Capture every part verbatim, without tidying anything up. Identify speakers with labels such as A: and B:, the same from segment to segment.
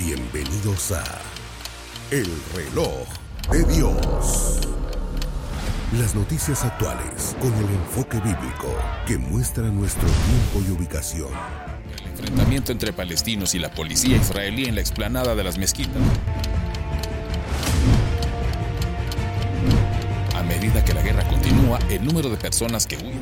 A: Bienvenidos a El Reloj de Dios. Las noticias actuales con el enfoque bíblico que muestra nuestro tiempo y ubicación.
B: El enfrentamiento entre palestinos y la policía israelí en la explanada de las mezquitas. A medida que la guerra continúa, el número de personas que huyen.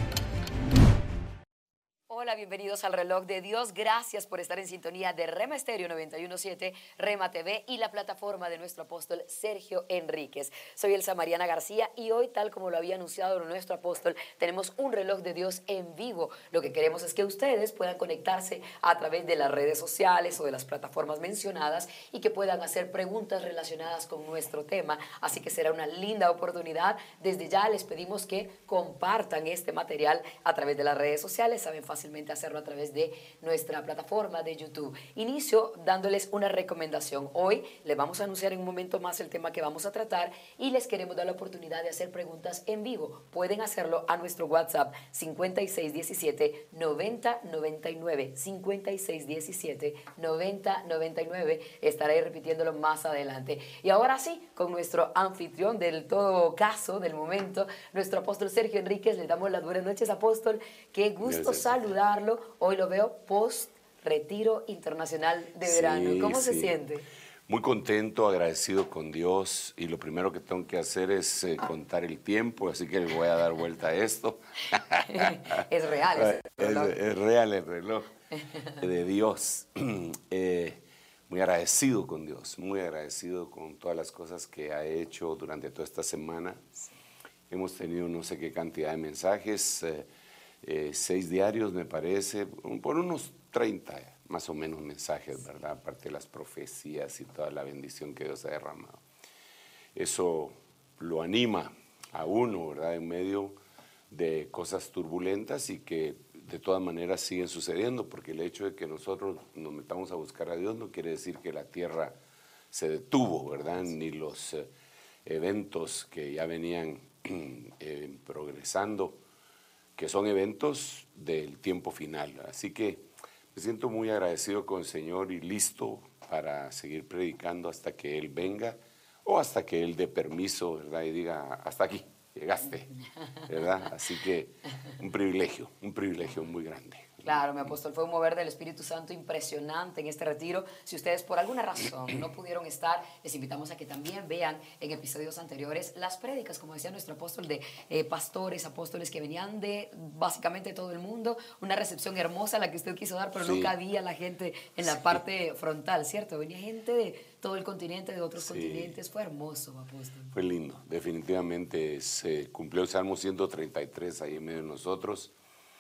C: Hola, bienvenidos al Reloj de Dios. Gracias por estar en sintonía de Rema Estéreo noventa y uno punto siete, Rema T V y la plataforma de nuestro apóstol Sergio Enríquez. Soy Elsa Mariana García y hoy, tal como lo había anunciado nuestro apóstol, tenemos un Reloj de Dios en vivo. Lo que queremos es que ustedes puedan conectarse a través de las redes sociales o de las plataformas mencionadas y que puedan hacer preguntas relacionadas con nuestro tema. Así que será una linda oportunidad. Desde ya les pedimos que compartan este material a través de las redes sociales. Saben fácilmente hacerlo a través de nuestra plataforma de YouTube. Inicio dándoles una recomendación. Hoy les vamos a anunciar en un momento más el tema que vamos a tratar y les queremos dar la oportunidad de hacer preguntas en vivo. Pueden hacerlo a nuestro WhatsApp cincuenta y seis diecisiete, noventa noventa y nueve, cincuenta y seis diecisiete, noventa noventa y nueve. Estaré repitiéndolo más adelante. Y ahora sí, con nuestro anfitrión del todo caso, del momento, nuestro apóstol Sergio Enríquez, le damos las buenas noches, apóstol. Qué gusto Gracias. Saludar. Hoy lo veo post retiro internacional de verano.
D: Sí,
C: ¿Cómo
D: sí.
C: se siente?
D: Muy contento, agradecido con Dios, y lo primero que tengo que hacer es eh, contar el tiempo, así que le voy a dar vuelta a esto.
C: Es real.
D: Es, es, es real el reloj de Dios. eh, muy agradecido con Dios, muy agradecido con todas las cosas que ha hecho durante toda esta semana. Sí. Hemos tenido no sé qué cantidad de mensajes, eh, Eh, seis diarios me parece, por unos treinta más o menos mensajes, ¿verdad? Aparte de las profecías y toda la bendición que Dios ha derramado. Eso lo anima a uno, ¿verdad? En medio de cosas turbulentas y que de todas maneras siguen sucediendo, porque el hecho de que nosotros nos metamos a buscar a Dios no quiere decir que la tierra se detuvo, ¿verdad? Ni los eh, eventos que ya venían eh, progresando, que son eventos del tiempo final. Así que me siento muy agradecido con el Señor y listo para seguir predicando hasta que Él venga o hasta que Él dé permiso, ¿verdad? Y diga, hasta aquí, llegaste, ¿verdad? Así que un privilegio, un privilegio muy grande.
C: Claro, mi apóstol, fue un mover del Espíritu Santo impresionante en este retiro. Si ustedes por alguna razón no pudieron estar, les invitamos a que también vean en episodios anteriores las prédicas, como decía nuestro apóstol, de eh, pastores, apóstoles que venían de básicamente todo el mundo. Una recepción hermosa la que usted quiso dar, pero sí. No cabía la gente en la sí. parte frontal, ¿cierto? Venía gente de todo el continente, de otros sí. continentes. Fue hermoso, apóstol.
D: Fue lindo, definitivamente. Se cumplió el Salmo ciento treinta y tres ahí en medio de nosotros.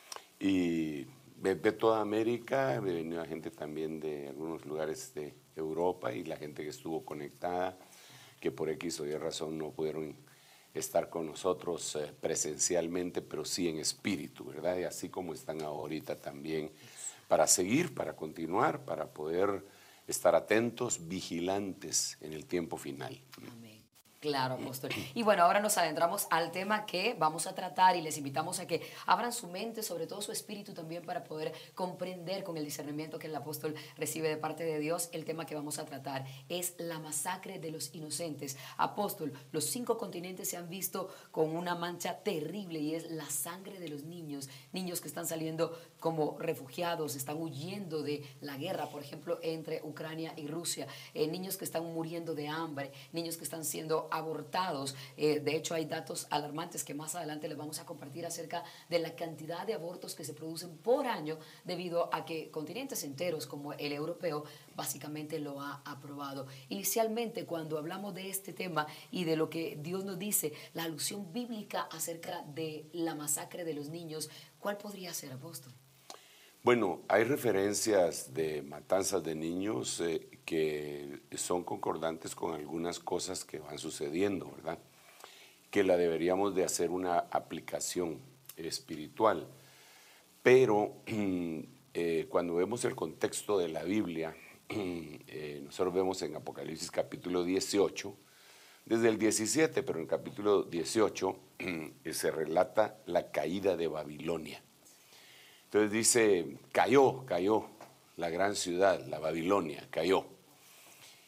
D: Y de, de toda América, venía gente también de algunos lugares de Europa y la gente que estuvo conectada, que por X o Y razón no pudieron estar con nosotros eh, presencialmente, pero sí en espíritu, ¿verdad? Y así como están ahorita también, para seguir, para continuar, para poder estar atentos, vigilantes en el tiempo final.
C: Amén. Claro, apóstol. Y bueno, ahora nos adentramos al tema que vamos a tratar y les invitamos a que abran su mente, sobre todo su espíritu también, para poder comprender con el discernimiento que el apóstol recibe de parte de Dios. El tema que vamos a tratar es la masacre de los inocentes. Apóstol, los cinco continentes se han visto con una mancha terrible y es la sangre de los niños, niños que están saliendo como refugiados, están huyendo de la guerra, por ejemplo, entre Ucrania y Rusia, eh, niños que están muriendo de hambre, niños que están siendo abortados. Eh, de hecho, hay datos alarmantes que más adelante les vamos a compartir acerca de la cantidad de abortos que se producen por año debido a que continentes enteros como el europeo básicamente lo ha aprobado. Inicialmente, cuando hablamos de este tema y de lo que Dios nos dice, la alusión bíblica acerca de la masacre de los niños, ¿cuál podría ser, apóstol?
D: Bueno, hay referencias de matanzas de niños eh, que son concordantes con algunas cosas que van sucediendo, ¿verdad? Que la deberíamos de hacer una aplicación espiritual. Pero eh, cuando vemos el contexto de la Biblia, eh, nosotros vemos en Apocalipsis capítulo dieciocho, desde el diecisiete, pero en el capítulo dieciocho se relata la caída de Babilonia. Entonces dice, cayó, cayó la gran ciudad, la Babilonia, cayó.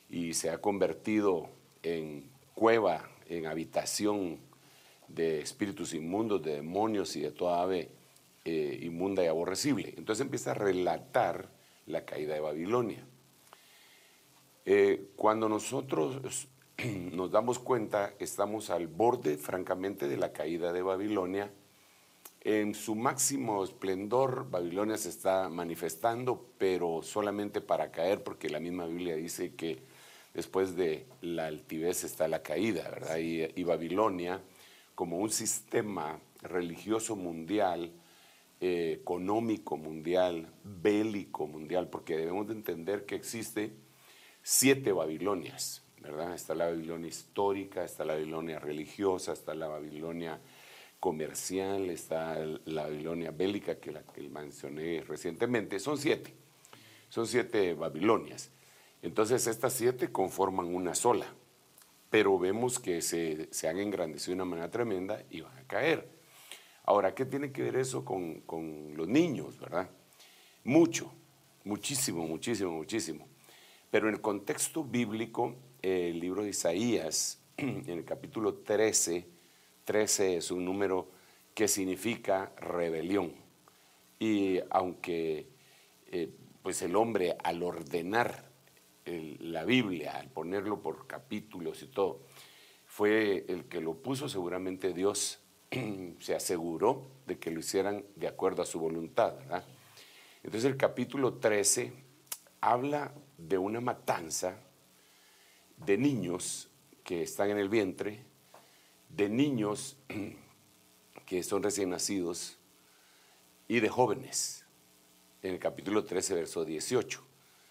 D: y se ha convertido en cueva, en habitación de espíritus inmundos, de demonios y de toda ave eh, inmunda y aborrecible. Entonces empieza a relatar la caída de Babilonia. Eh, cuando nosotros nos damos cuenta, estamos al borde, francamente, de la caída de Babilonia. En su máximo esplendor, Babilonia se está manifestando, pero solamente para caer, porque la misma Biblia dice que después de la altivez está la caída, ¿verdad? Y, y Babilonia, como un sistema religioso mundial, eh, económico mundial, bélico mundial, porque debemos de entender que existe siete Babilonias, ¿verdad? Está la Babilonia histórica, está la Babilonia religiosa, está la Babilonia comercial, está la Babilonia bélica que la que mencioné recientemente. Son siete, son siete Babilonias. Entonces estas siete conforman una sola, pero vemos que se, se han engrandecido de una manera tremenda y van a caer. Ahora, ¿qué tiene que ver eso con, con los niños, verdad? Mucho, muchísimo, muchísimo, muchísimo. Pero en el contexto bíblico, el libro de Isaías, en el capítulo trece, trece es un número que significa rebelión. Y aunque eh, pues el hombre al ordenar el, la Biblia, al ponerlo por capítulos y todo, fue el que lo puso, seguramente Dios se aseguró de que lo hicieran de acuerdo a su voluntad, ¿verdad? Entonces el capítulo trece habla de una matanza de niños que están en el vientre, de niños que son recién nacidos y de jóvenes, en el capítulo trece, verso dieciocho.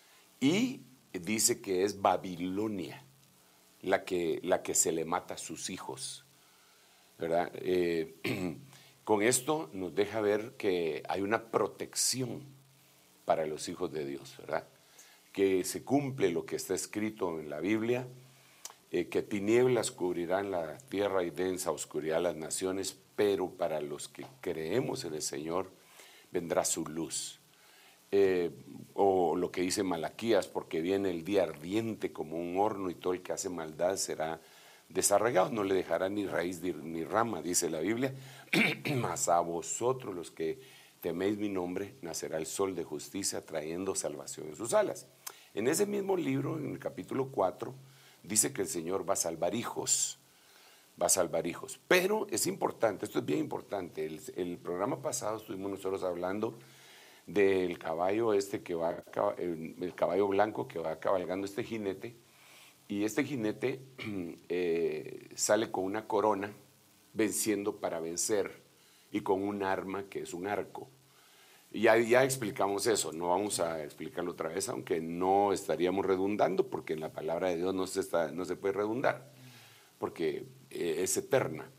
D: Y dice que es Babilonia la que, la que se le mata a sus hijos, ¿verdad? Eh, con esto nos deja ver que hay una protección para los hijos de Dios, ¿verdad? Que se cumple lo que está escrito en la Biblia, eh, que tinieblas cubrirán la tierra y densa oscuridad las naciones, pero para los que creemos en el Señor vendrá su luz. Eh, o lo que dice Malaquías, porque viene el día ardiente como un horno y todo el que hace maldad será desarraigado, no le dejará ni raíz ni rama, dice la Biblia. Mas a vosotros los que teméis mi nombre, nacerá el sol de justicia trayendo salvación en sus alas. En ese mismo libro, en el capítulo cuatro, dice que el Señor va a salvar hijos, va a salvar hijos. Pero es importante, esto es bien importante, el, el programa pasado estuvimos nosotros hablando del caballo este que va, el, el caballo blanco que va cabalgando este jinete, y este jinete eh, sale con una corona, venciendo para vencer, y con un arma que es un arco. Y ya, ya explicamos eso, no vamos a explicarlo otra vez, aunque no estaríamos redundando, porque en la palabra de Dios no se, está, no se puede redundar, porque eh, es eterna.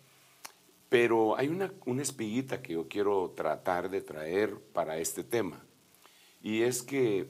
D: Pero hay una, una espiguita que yo quiero tratar de traer para este tema, y es que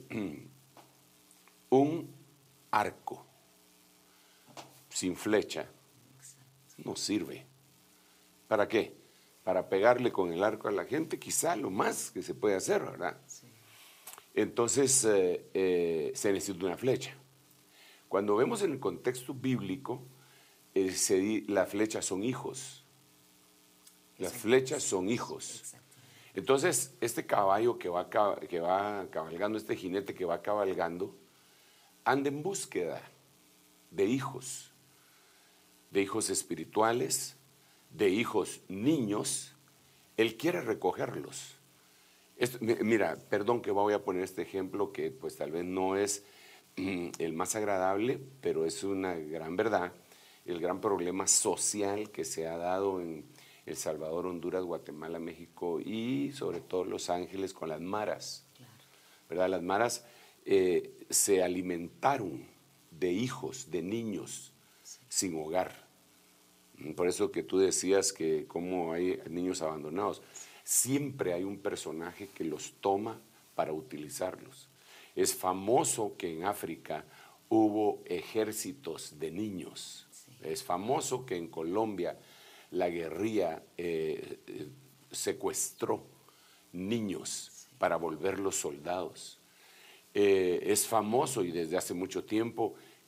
D: un arco sin flecha no sirve. ¿Para qué? Para pegarle con el arco a la gente, quizá lo más que se puede hacer, ¿verdad? Sí. Entonces eh, eh, se necesita una flecha. Cuando vemos en el contexto bíblico, eh, se, las flechas son hijos. Las flechas son hijos. Entonces, este caballo que va, que va cabalgando, este jinete que va cabalgando, anda en búsqueda de hijos, de hijos espirituales, de hijos niños. Él quiere recogerlos. Esto, mira, perdón que voy a poner este ejemplo que pues tal vez no es mm, el más agradable, pero es una gran verdad. El gran problema social que se ha dado en El Salvador, Honduras, Guatemala, México y sobre todo Los Ángeles con las maras, claro. ¿Verdad? Las maras eh, se alimentaron de hijos, de niños sí. sin hogar. Por eso que tú decías que como hay niños abandonados, siempre hay un personaje que los toma para utilizarlos. Es famoso que en África hubo ejércitos de niños. Sí. Es famoso que en Colombia la guerrilla eh, eh, secuestró niños sí. para volverlos soldados. Eh, es famoso y desde hace mucho tiempo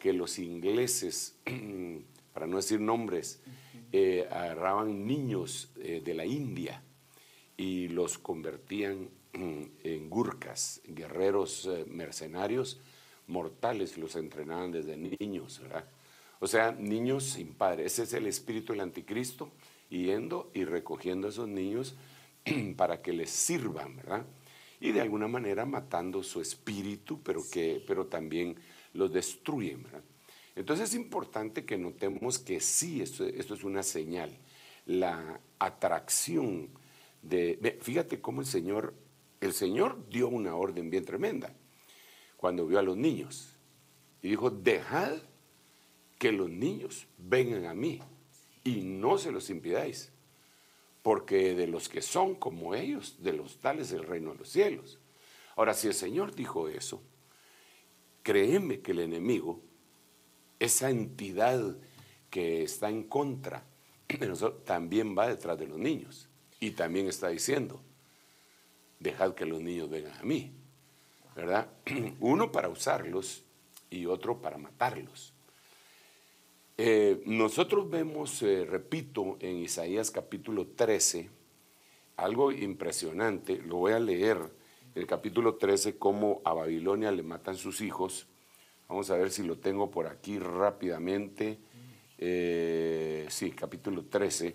D: que los ingleses, para no decir nombres, eh, agarraban niños eh, de la India y los convertían en gurkas, guerreros eh, mercenarios mortales, los entrenaban desde niños, ¿verdad? O sea, niños sin padre. Ese es el espíritu del anticristo, yendo y recogiendo a esos niños para que les sirvan, ¿verdad? Y de alguna manera matando su espíritu, pero, que, pero también los destruyen, ¿verdad? Entonces es importante que notemos que sí, esto, esto es una señal. La atracción de... Fíjate cómo el Señor, el Señor dio una orden bien tremenda cuando vio a los niños. Y dijo, dejad que los niños vengan a mí y no se los impidáis, porque de los que son como ellos, de los tales es el reino de los cielos. Ahora, si el Señor dijo eso, créeme que el enemigo, esa entidad que está en contra de nosotros, también va detrás de los niños y también está diciendo, dejad que los niños vengan a mí, ¿verdad? Uno para usarlos y otro para matarlos. Eh, nosotros vemos, eh, repito, en Isaías capítulo trece, algo impresionante. Lo voy a leer, el capítulo trece, cómo a Babilonia le matan sus hijos. Vamos a ver si lo tengo por aquí rápidamente. Eh, sí, capítulo trece.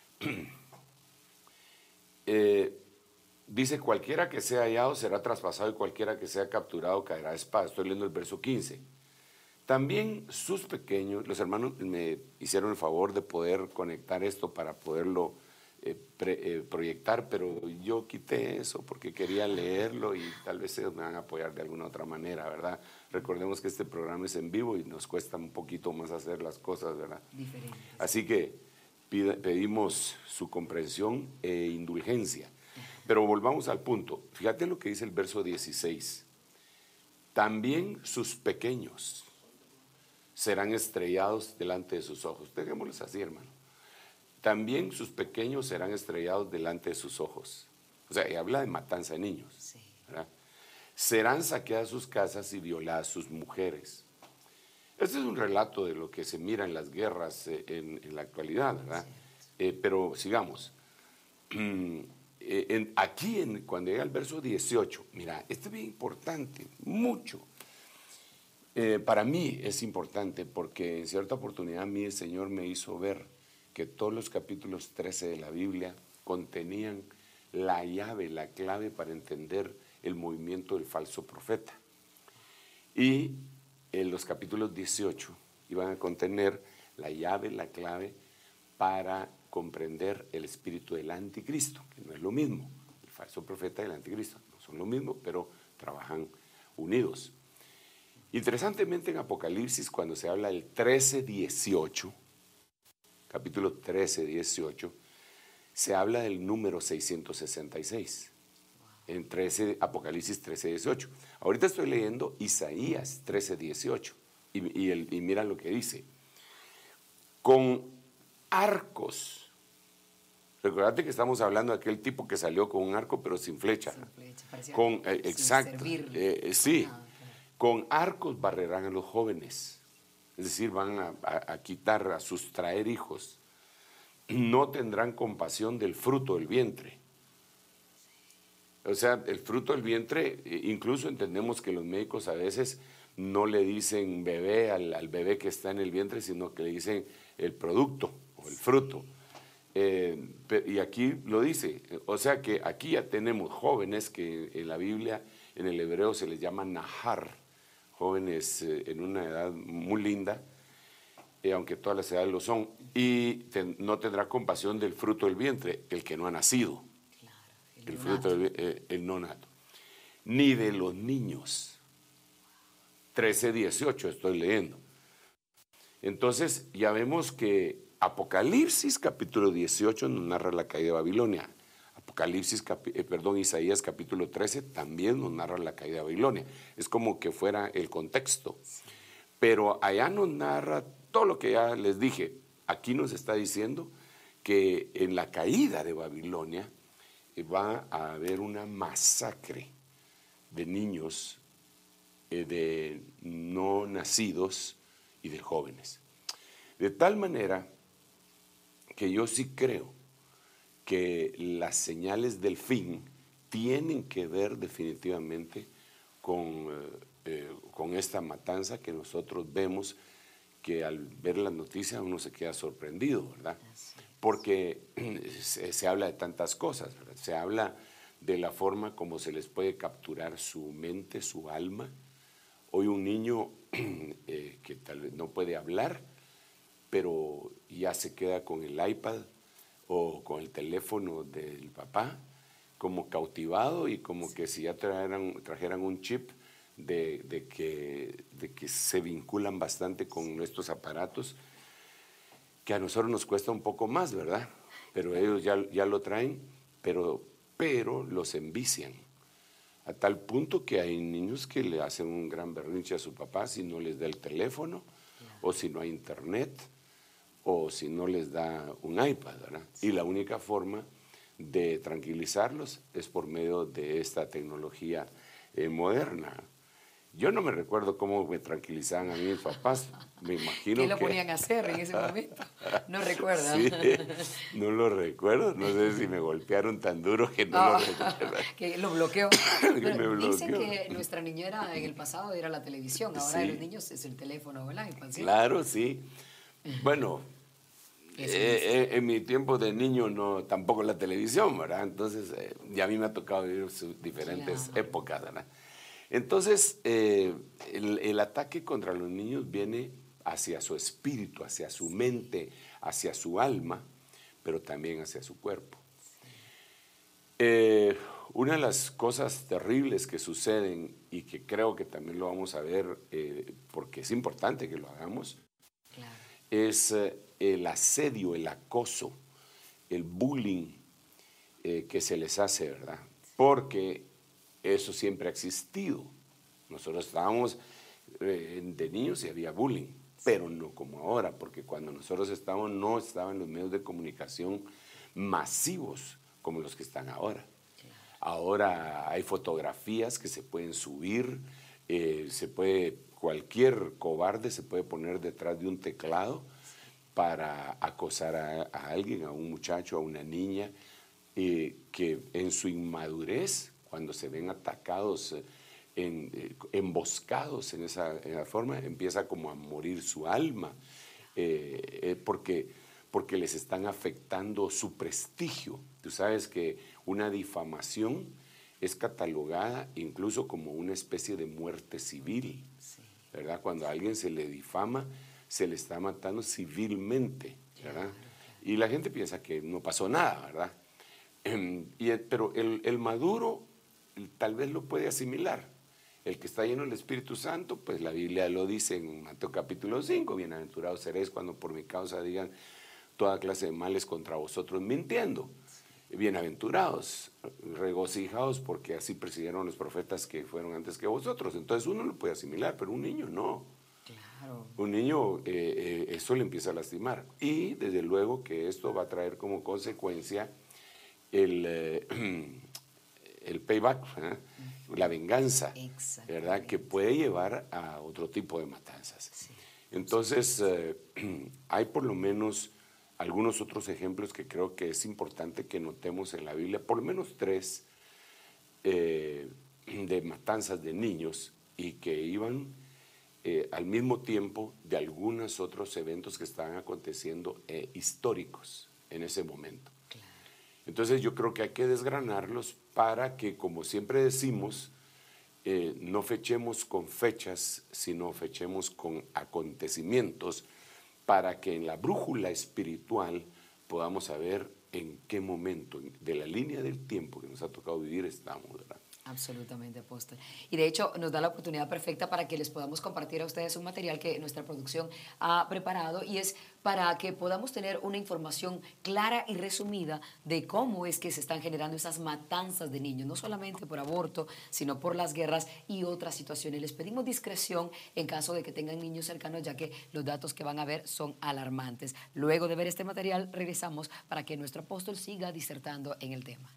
D: eh, dice, cualquiera que sea hallado será traspasado y cualquiera que sea capturado caerá a espada. Estoy leyendo el verso quince. También sus pequeños, los hermanos me hicieron el favor de poder conectar esto para poderlo eh, pre, eh, proyectar, pero yo quité eso porque quería leerlo y tal vez ellos me van a apoyar de alguna otra manera, ¿verdad? Recordemos que este programa es en vivo y nos cuesta un poquito más hacer las cosas, ¿verdad? Diferentes. Así que pide, pedimos su comprensión e indulgencia. Pero volvamos al punto. Fíjate lo que dice el verso dieciséis. También sus pequeños serán estrellados delante de sus ojos. Dejémoslos así, hermano. También sus pequeños serán estrellados delante de sus ojos. O sea, y habla de matanza de niños. Sí. ¿Verdad? Serán saqueadas sus casas y violadas sus mujeres. Este es un relato de lo que se mira en las guerras eh, en, en la actualidad, ¿verdad? Sí. Eh, pero sigamos. Eh, en, aquí, en, cuando llega el verso dieciocho, mira, esto es bien importante, mucho. Eh, para mí es importante porque en cierta oportunidad a mí el Señor me hizo ver que todos los capítulos trece de la Biblia contenían la llave, la clave para entender el movimiento del falso profeta. Y en los capítulos dieciocho iban a contener la llave, la clave para comprender el espíritu del anticristo, que no es lo mismo. El falso profeta y el anticristo no son lo mismo, pero trabajan unidos. Interesantemente en Apocalipsis, cuando se habla del trece dieciocho, capítulo trece dieciocho, se habla del número seiscientos sesenta y seis, en trece, Apocalipsis trece dieciocho. Ahorita estoy leyendo Isaías trece dieciocho, y, y, el, y mira lo que dice. Con arcos, recordate que estamos hablando de aquel tipo que salió con un arco pero sin flecha. Sin flecha, con, eh, exacto, eh, sí. Ah, con arcos barrerán a los jóvenes, es decir, van a, a, a quitar, a sustraer hijos. No tendrán compasión del fruto del vientre. O sea, el fruto del vientre, incluso entendemos que los médicos a veces no le dicen bebé al, al bebé que está en el vientre, sino que le dicen el producto o el fruto. Eh, y aquí lo dice, o sea que aquí ya tenemos jóvenes que en la Biblia, en el hebreo se les llama nahar, jóvenes eh, en una edad muy linda, eh, aunque todas las edades lo son, y ten, no tendrá compasión del fruto del vientre, el que no ha nacido, claro, el, el fruto del eh, el no nato, ni de los niños. trece dieciocho estoy leyendo. Entonces ya vemos que Apocalipsis capítulo dieciocho nos narra la caída de Babilonia. Apocalipsis, capi, eh, perdón, Isaías capítulo trece también nos narra la caída de Babilonia. Es como que fuera el contexto. Pero allá nos narra todo lo que ya les dije. Aquí nos está diciendo que en la caída de Babilonia eh, va a haber una masacre de niños eh, de no nacidos y de jóvenes. De tal manera que yo sí creo que las señales del fin tienen que ver definitivamente con, eh, eh, con esta matanza que nosotros vemos, que al ver las noticias uno se queda sorprendido, ¿verdad? Porque se, se habla de tantas cosas, ¿verdad? Se habla de la forma como se les puede capturar su mente, su alma. Hoy un niño eh, que tal vez no puede hablar, pero ya se queda con el iPad o con el teléfono del papá, como cautivado, y como que si ya trajeran, trajeran un chip de, de, que, de que se vinculan bastante con estos aparatos, que a nosotros nos cuesta un poco más, ¿verdad? Pero ellos ya, ya lo traen, pero, pero los envician. A tal punto que hay niños que le hacen un gran berrinche a su papá si no les da el teléfono, o si no hay internet, o si no les da un iPad, ¿verdad? Y la única forma de tranquilizarlos es por medio de esta tecnología eh, moderna. Yo no me recuerdo cómo me tranquilizaban a mí mis papás, me imagino
C: ¿Qué lo
D: que...
C: ponían a hacer en ese momento? No recuerda.
D: Sí, no lo recuerdo, no sé si me golpearon tan duro que no
C: Oh,
D: lo recuerdo.
C: que lo bloqueó.
D: Que me
C: Pero dicen
D: bloqueó.
C: que nuestra niñera en el pasado era la televisión, ahora
D: Sí.
C: de los niños es el teléfono o el iPad, ¿sí?
D: Claro, sí. Bueno,
C: Eso
D: eh, eh, en mi tiempo de niño no, tampoco la televisión, ¿verdad? Entonces, eh, ya a mí me ha tocado vivir sus diferentes
C: Claro.
D: épocas, ¿verdad? Entonces, eh, el, el ataque contra los niños viene hacia su espíritu, hacia su mente, hacia su alma, pero también hacia su cuerpo. Eh, una de las cosas terribles que suceden, y que creo que también lo vamos a ver, eh, porque es importante que lo hagamos,
C: Claro.
D: es eh, el asedio, el acoso, el bullying eh, que se les hace, ¿verdad? Porque eso siempre ha existido. Nosotros estábamos eh, de niños y había bullying, pero no como ahora, porque cuando nosotros estábamos no estaban los medios de comunicación masivos como los que están ahora. Ahora hay fotografías que se pueden subir, eh, se puede, cualquier cobarde se puede poner detrás de un teclado para acosar a, a alguien, a un muchacho, a una niña, eh, que en su inmadurez, cuando se ven atacados, eh, en, eh, emboscados en esa, en esa forma, empieza como a morir su alma, eh, eh, porque, porque les están afectando su prestigio. Tú sabes que una difamación es catalogada incluso como una especie de muerte civil, sí. ¿Verdad? Cuando a alguien se le difama, se le está matando civilmente, ¿verdad? Y la gente piensa que no pasó nada, ¿verdad? Y el, pero el, el maduro tal vez lo puede asimilar. El que está lleno del Espíritu Santo, pues la Biblia lo dice en Mateo capítulo cinco, bienaventurados seréis cuando por mi causa digan toda clase de males contra vosotros mintiendo. Bienaventurados, regocijados, porque así persiguieron los profetas que fueron antes que vosotros. Entonces uno lo puede asimilar, pero un niño no.
C: Claro.
D: Un niño, eh, eh, eso le empieza a lastimar. Y desde luego que esto va a traer como consecuencia el, eh, el payback, ¿eh? La venganza, ¿verdad? Que puede llevar a otro tipo de matanzas. Sí. Entonces, eh, hay por lo menos algunos otros ejemplos que creo que es importante que notemos en la Biblia, por lo menos tres, eh, de matanzas de niños, y que iban eh, al mismo tiempo de algunos otros eventos que estaban aconteciendo eh, históricos en ese momento. Claro. Entonces yo creo que hay que desgranarlos para que, como siempre decimos, eh, no fechemos con fechas, sino fechemos con acontecimientos, para que en la brújula espiritual podamos saber en qué momento de la línea del tiempo que nos ha tocado vivir estamos, ¿verdad?
C: Absolutamente, apóstol. Y de hecho nos da la oportunidad perfecta para que les podamos compartir a ustedes un material que nuestra producción ha preparado, y es para que podamos tener una información clara y resumida de cómo es que se están generando esas matanzas de niños, no solamente por aborto, sino por las guerras y otras situaciones. Les pedimos discreción en caso de que tengan niños cercanos, ya que los datos que van a ver son alarmantes. Luego de ver este material, regresamos para que nuestro apóstol siga disertando en el tema.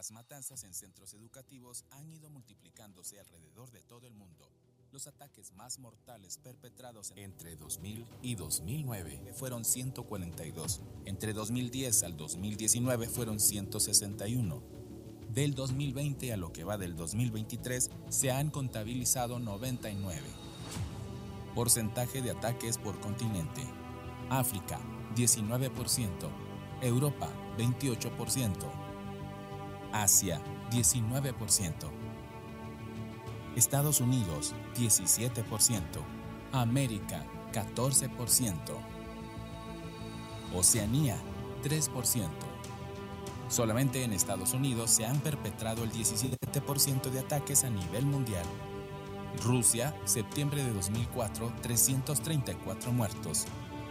B: Las matanzas en centros educativos han ido multiplicándose alrededor de todo el mundo. Los ataques más mortales perpetrados entre dos mil y dos mil nueve fueron ciento cuarenta y dos. Entre dos mil diez al dos mil diecinueve fueron ciento sesenta y uno. Del dos mil veinte a lo que va del dos mil veintitrés se han contabilizado noventa y nueve. Porcentaje de ataques por continente. África, diecinueve por ciento. Europa, veintiocho por ciento. Asia, diecinueve por ciento. Estados Unidos, diecisiete por ciento. América, catorce por ciento. Oceanía, tres por ciento. Solamente en Estados Unidos se han perpetrado el diecisiete por ciento de ataques a nivel mundial. Rusia, septiembre de dos mil cuatro, trescientos treinta y cuatro muertos.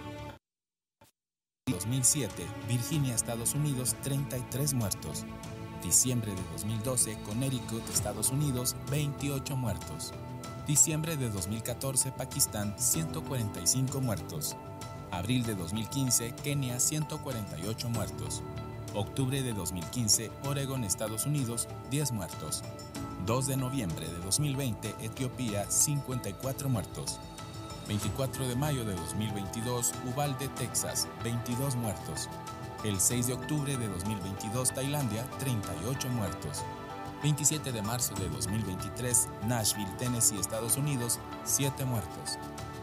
B: dos mil siete, Virginia, Estados Unidos, treinta y tres muertos. Diciembre de dos mil doce, Connecticut, Estados Unidos, veintiocho muertos. Diciembre de dos mil catorce, Pakistán, ciento cuarenta y cinco muertos. Abril de dos mil quince, Kenia, ciento cuarenta y ocho muertos. Octubre de dos mil quince, Oregon, Estados Unidos, diez muertos. dos de noviembre de dos mil veinte, Etiopía, cincuenta y cuatro muertos. veinticuatro de mayo de dos mil veintidós, Uvalde, Texas, veintidós muertos. El seis de octubre de dos mil veintidós, Tailandia, treinta y ocho muertos. veintisiete de marzo de dos mil veintitrés, Nashville, Tennessee, Estados Unidos, siete muertos.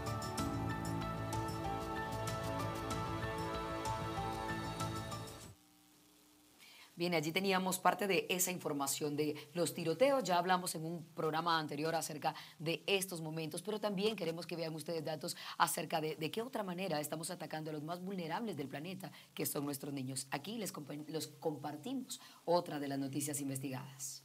C: Bien, allí teníamos parte de esa información de los tiroteos. Ya hablamos en un programa anterior acerca de estos momentos, pero también queremos que vean ustedes datos acerca de, de qué otra manera estamos atacando a los más vulnerables del planeta, que son nuestros niños. Aquí les, les compartimos otra de las noticias investigadas.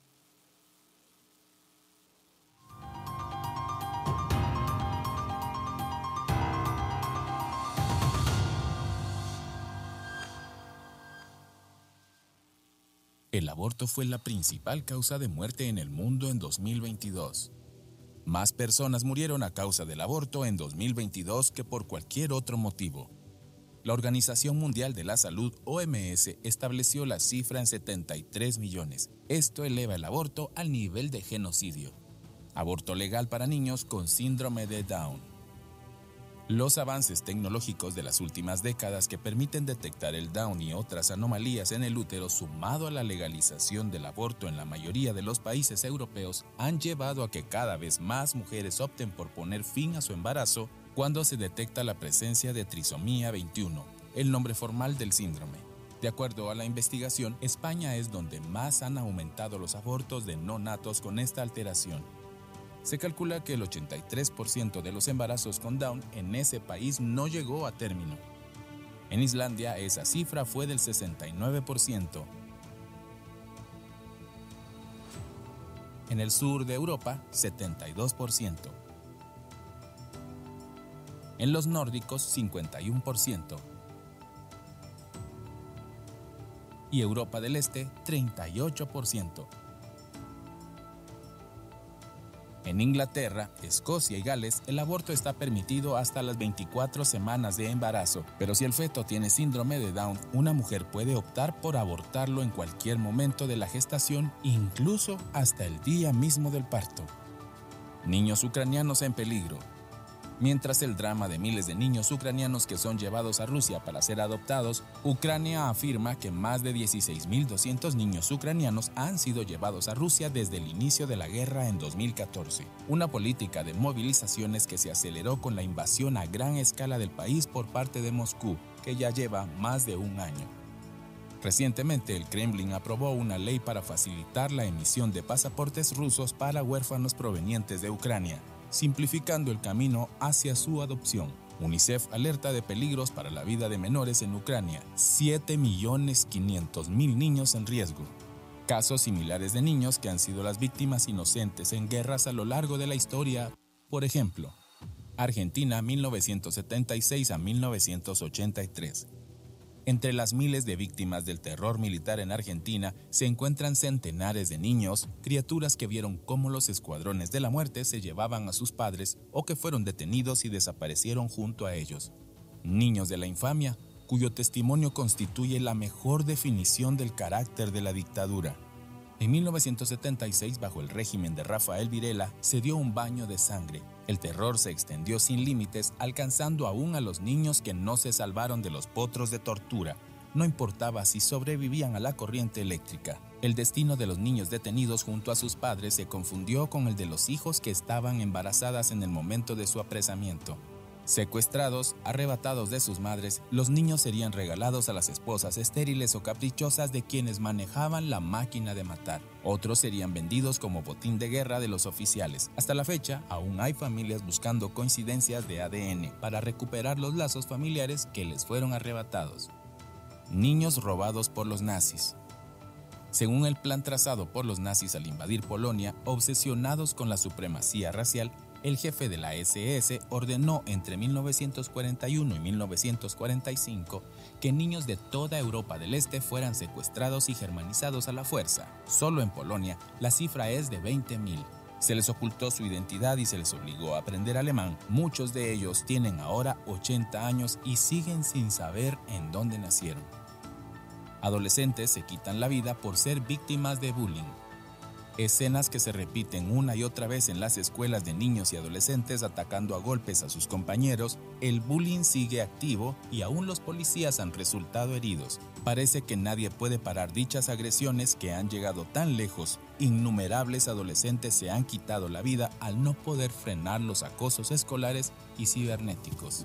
B: El aborto fue la principal causa de muerte en el mundo en dos mil veintidós. Más personas murieron a causa del aborto en dos mil veintidós que por cualquier otro motivo. La Organización Mundial de la Salud, O M S, estableció la cifra en setenta y tres millones. Esto eleva el aborto al nivel de genocidio. Aborto legal para niños con síndrome de Down. Los avances tecnológicos de las últimas décadas que permiten detectar el Down y otras anomalías en el útero, sumado a la legalización del aborto en la mayoría de los países europeos, han llevado a que cada vez más mujeres opten por poner fin a su embarazo cuando se detecta la presencia de trisomía veintiuno, el nombre formal del síndrome. De acuerdo a la investigación, España es donde más han aumentado los abortos de no natos con esta alteración. Se calcula que el ochenta y tres por ciento de los embarazos con Down en ese país no llegó a término. En Islandia esa cifra fue del sesenta y nueve por ciento. En el sur de Europa, setenta y dos por ciento. En los nórdicos, cincuenta y uno por ciento. Y Europa del Este, treinta y ocho por ciento. En Inglaterra, Escocia y Gales, el aborto está permitido hasta las veinticuatro semanas de embarazo, pero si el feto tiene síndrome de Down, una mujer puede optar por abortarlo en cualquier momento de la gestación, incluso hasta el día mismo del parto. Niños ucranianos en peligro. Mientras el drama de miles de niños ucranianos que son llevados a Rusia para ser adoptados, Ucrania afirma que más de dieciséis mil doscientos niños ucranianos han sido llevados a Rusia desde el inicio de la guerra en dos mil catorce. Una política de movilizaciones que se aceleró con la invasión a gran escala del país por parte de Moscú, que ya lleva más de un año. Recientemente, el Kremlin aprobó una ley para facilitar la emisión de pasaportes rusos para huérfanos provenientes de Ucrania, simplificando el camino hacia su adopción. UNICEF alerta de peligros para la vida de menores en Ucrania. siete millones quinientos mil niños en riesgo. Casos similares de niños que han sido las víctimas inocentes en guerras a lo largo de la historia. Por ejemplo, Argentina mil novecientos setenta y seis a mil novecientos ochenta y tres. Entre las miles de víctimas del terror militar en Argentina se encuentran centenares de niños, criaturas que vieron cómo los escuadrones de la muerte se llevaban a sus padres o que fueron detenidos y desaparecieron junto a ellos. Niños de la infamia, cuyo testimonio constituye la mejor definición del carácter de la dictadura. En mil novecientos setenta y seis, bajo el régimen de Rafael Videla, se dio un baño de sangre. El terror se extendió sin límites, alcanzando aún a los niños que no se salvaron de los potros de tortura. No importaba si sobrevivían a la corriente eléctrica. El destino de los niños detenidos junto a sus padres se confundió con el de los hijos que estaban embarazadas en el momento de su apresamiento. Secuestrados, arrebatados de sus madres, los niños serían regalados a las esposas estériles o caprichosas de quienes manejaban la máquina de matar. Otros serían vendidos como botín de guerra de los oficiales. Hasta la fecha, aún hay familias buscando coincidencias de A D N para recuperar los lazos familiares que les fueron arrebatados. Niños robados por los nazis. Según el plan trazado por los nazis al invadir Polonia, obsesionados con la supremacía racial, el jefe de la ese ese ordenó entre mil novecientos cuarenta y uno y mil novecientos cuarenta y cinco que niños de toda Europa del Este fueran secuestrados y germanizados a la fuerza. Solo en Polonia, la cifra es de veinte mil. Se les ocultó su identidad y se les obligó a aprender alemán. Muchos de ellos tienen ahora ochenta años y siguen sin saber en dónde nacieron. Adolescentes se quitan la vida por ser víctimas de bullying. Escenas que se repiten una y otra vez en las escuelas de niños y adolescentes atacando a golpes a sus compañeros. El bullying sigue activo y aún los policías han resultado heridos. Parece que nadie puede parar dichas agresiones que han llegado tan lejos. Innumerables adolescentes se han quitado la vida al no poder frenar los acosos escolares y cibernéticos.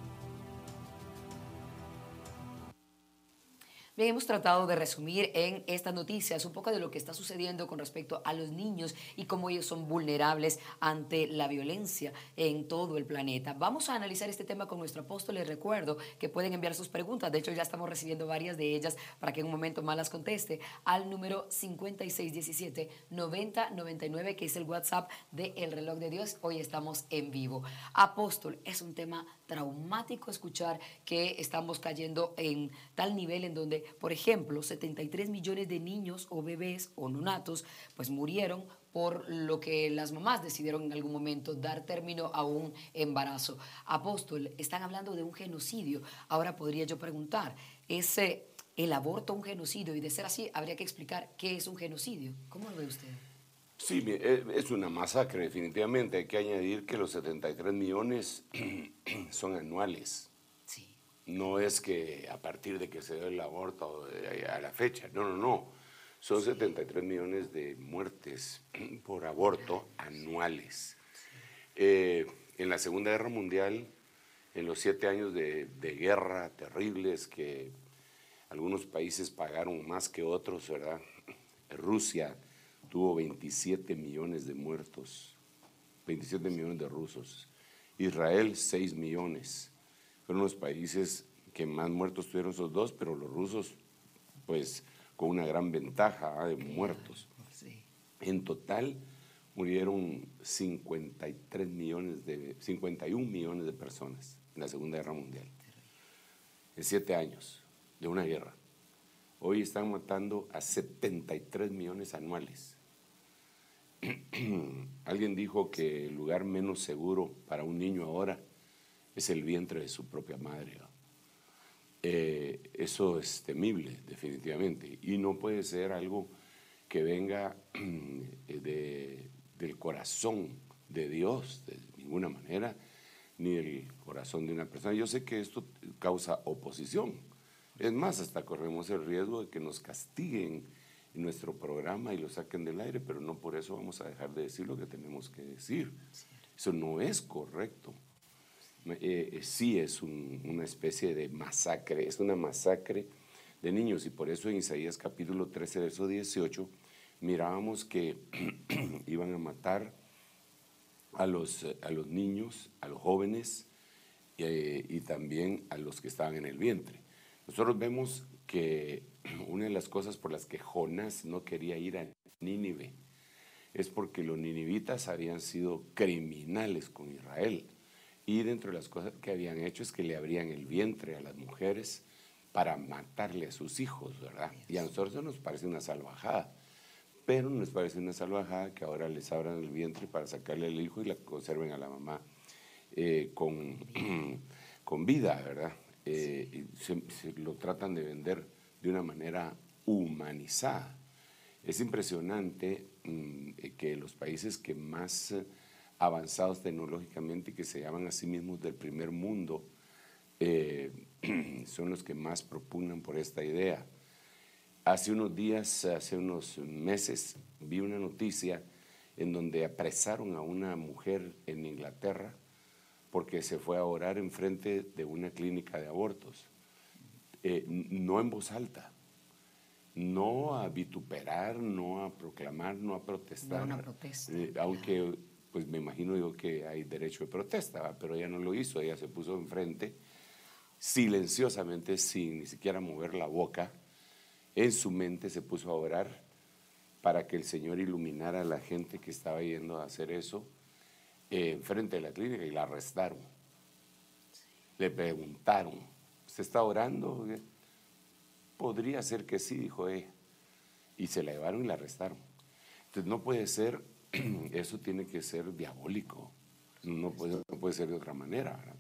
C: Bien, hemos tratado de resumir en estas noticias un poco de lo que está sucediendo con respecto a los niños y cómo ellos son vulnerables ante la violencia en todo el planeta. Vamos a analizar este tema con nuestro apóstol. Les recuerdo que pueden enviar sus preguntas. De hecho, ya estamos recibiendo varias de ellas para que en un momento más las conteste al número cincuenta y seis diecisiete noventa noventa y nueve, que es el WhatsApp de El Reloj de Dios. Hoy estamos en vivo. Apóstol, es un tema traumático escuchar que estamos cayendo en tal nivel en donde, por ejemplo, setenta y tres millones de niños o bebés o neonatos pues murieron por lo que las mamás decidieron en algún momento dar término a un embarazo. Apóstol, están hablando de un genocidio. Ahora podría yo preguntar, ¿es eh, el aborto un genocidio? Y de ser así, habría que explicar qué es un genocidio. ¿Cómo lo ve usted?
D: Sí, es una masacre, definitivamente. Hay que añadir que los setenta y tres millones son anuales.
C: Sí.
D: No es que a partir de que se dio el aborto a la fecha, no, no, no. Son sí. setenta y tres millones de muertes por aborto anuales. Eh, en la Segunda Guerra Mundial, en los siete años de, de guerra terribles que algunos países pagaron más que otros, ¿verdad? Rusia tuvo veintisiete millones de muertos, veintisiete millones de rusos. Israel, seis millones. Fueron los países que más muertos tuvieron esos dos, pero los rusos, pues, con una gran ventaja ¿eh? de muertos.
C: Sí.
D: En total, murieron cincuenta y tres millones de, cincuenta y un millones de personas en la Segunda Guerra Mundial. En siete años de una guerra. Hoy están matando a setenta y tres millones anuales. Alguien dijo que el lugar menos seguro para un niño ahora es el vientre de su propia madre. ¿no? Eh, eso es temible, definitivamente, y no puede ser algo que venga de, del corazón de Dios, de ninguna manera, ni del corazón de una persona. Yo sé que esto causa oposición. Es más, hasta corremos el riesgo de que nos castiguen en nuestro programa y lo saquen del aire, pero no por eso vamos a dejar de decir lo que tenemos que decir. Eso no es correcto. Eh, sí es un, una especie de masacre, es una masacre de niños, y por eso en Isaías capítulo trece, verso dieciocho, mirábamos que iban a matar a los, a los niños, a los jóvenes eh, y también a los que estaban en el vientre. Nosotros vemos que una de las cosas por las que Jonás no quería ir a Nínive es porque los ninivitas habían sido criminales con Israel, y dentro de las cosas que habían hecho es que le abrían el vientre a las mujeres para matarle a sus hijos, ¿verdad? Y a nosotros eso nos parece una salvajada, pero nos parece una salvajada que ahora les abran el vientre para sacarle al hijo y la conserven a la mamá eh, con, con vida, ¿verdad? Eh, se, se lo tratan de vender de una manera humanizada. Es impresionante mmm, que los países que más avanzados tecnológicamente, que se llaman a sí mismos del primer mundo, eh, son los que más propugnan por esta idea. Hace unos días, hace unos meses, vi una noticia en donde apresaron a una mujer en Inglaterra porque se fue a orar enfrente de una clínica de abortos. Eh, no en voz alta, no a vituperar, no a proclamar, no a protestar.
C: No una protesta.
D: Eh, aunque, pues me imagino yo que hay derecho de protesta, ¿va? Pero ella no lo hizo, ella se puso enfrente silenciosamente, sin ni siquiera mover la boca. En su mente se puso a orar para que el Señor iluminara a la gente que estaba yendo a hacer eso eh, enfrente de la clínica, y la arrestaron. Sí. Le preguntaron, ¿usted está orando? Podría ser que sí, dijo ella. Y se la llevaron y la arrestaron. Entonces no puede ser, eso tiene que ser diabólico. No puede, no puede ser de otra manera, ¿verdad?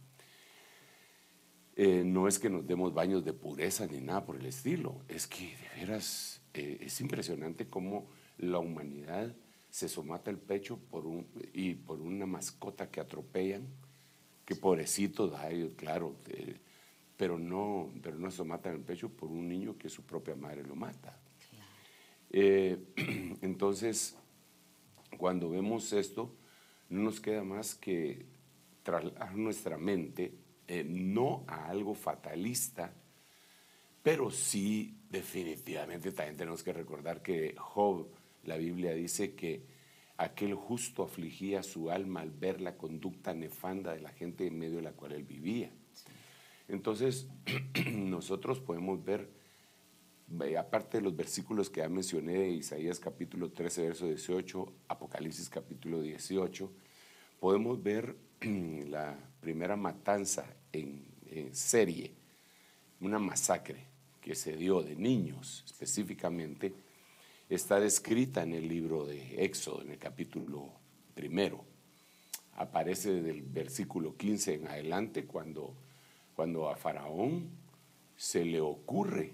D: Eh, no es que nos demos baños de pureza ni nada por el estilo, es que de veras eh, es impresionante cómo la humanidad se somata el pecho por un, y por una mascota que atropellan, que pobrecitos, ay, claro, eh, pero, no, pero no se somatan el pecho por un niño que su propia madre lo mata. Claro. Eh, entonces, cuando vemos esto, no nos queda más que trasladar nuestra mente Eh, no a algo fatalista, pero sí definitivamente también tenemos que recordar que Job, la Biblia dice que aquel justo afligía su alma al ver la conducta nefanda de la gente en medio de la cual él vivía. Sí. Entonces, nosotros podemos ver, aparte de los versículos que ya mencioné, de Isaías capítulo trece, verso dieciocho, Apocalipsis capítulo dieciocho, podemos ver la primera matanza en, en serie, una masacre que se dio de niños específicamente, está descrita en el libro de Éxodo, en el capítulo primero. Aparece desde el versículo quince en adelante, cuando, cuando a Faraón se le ocurre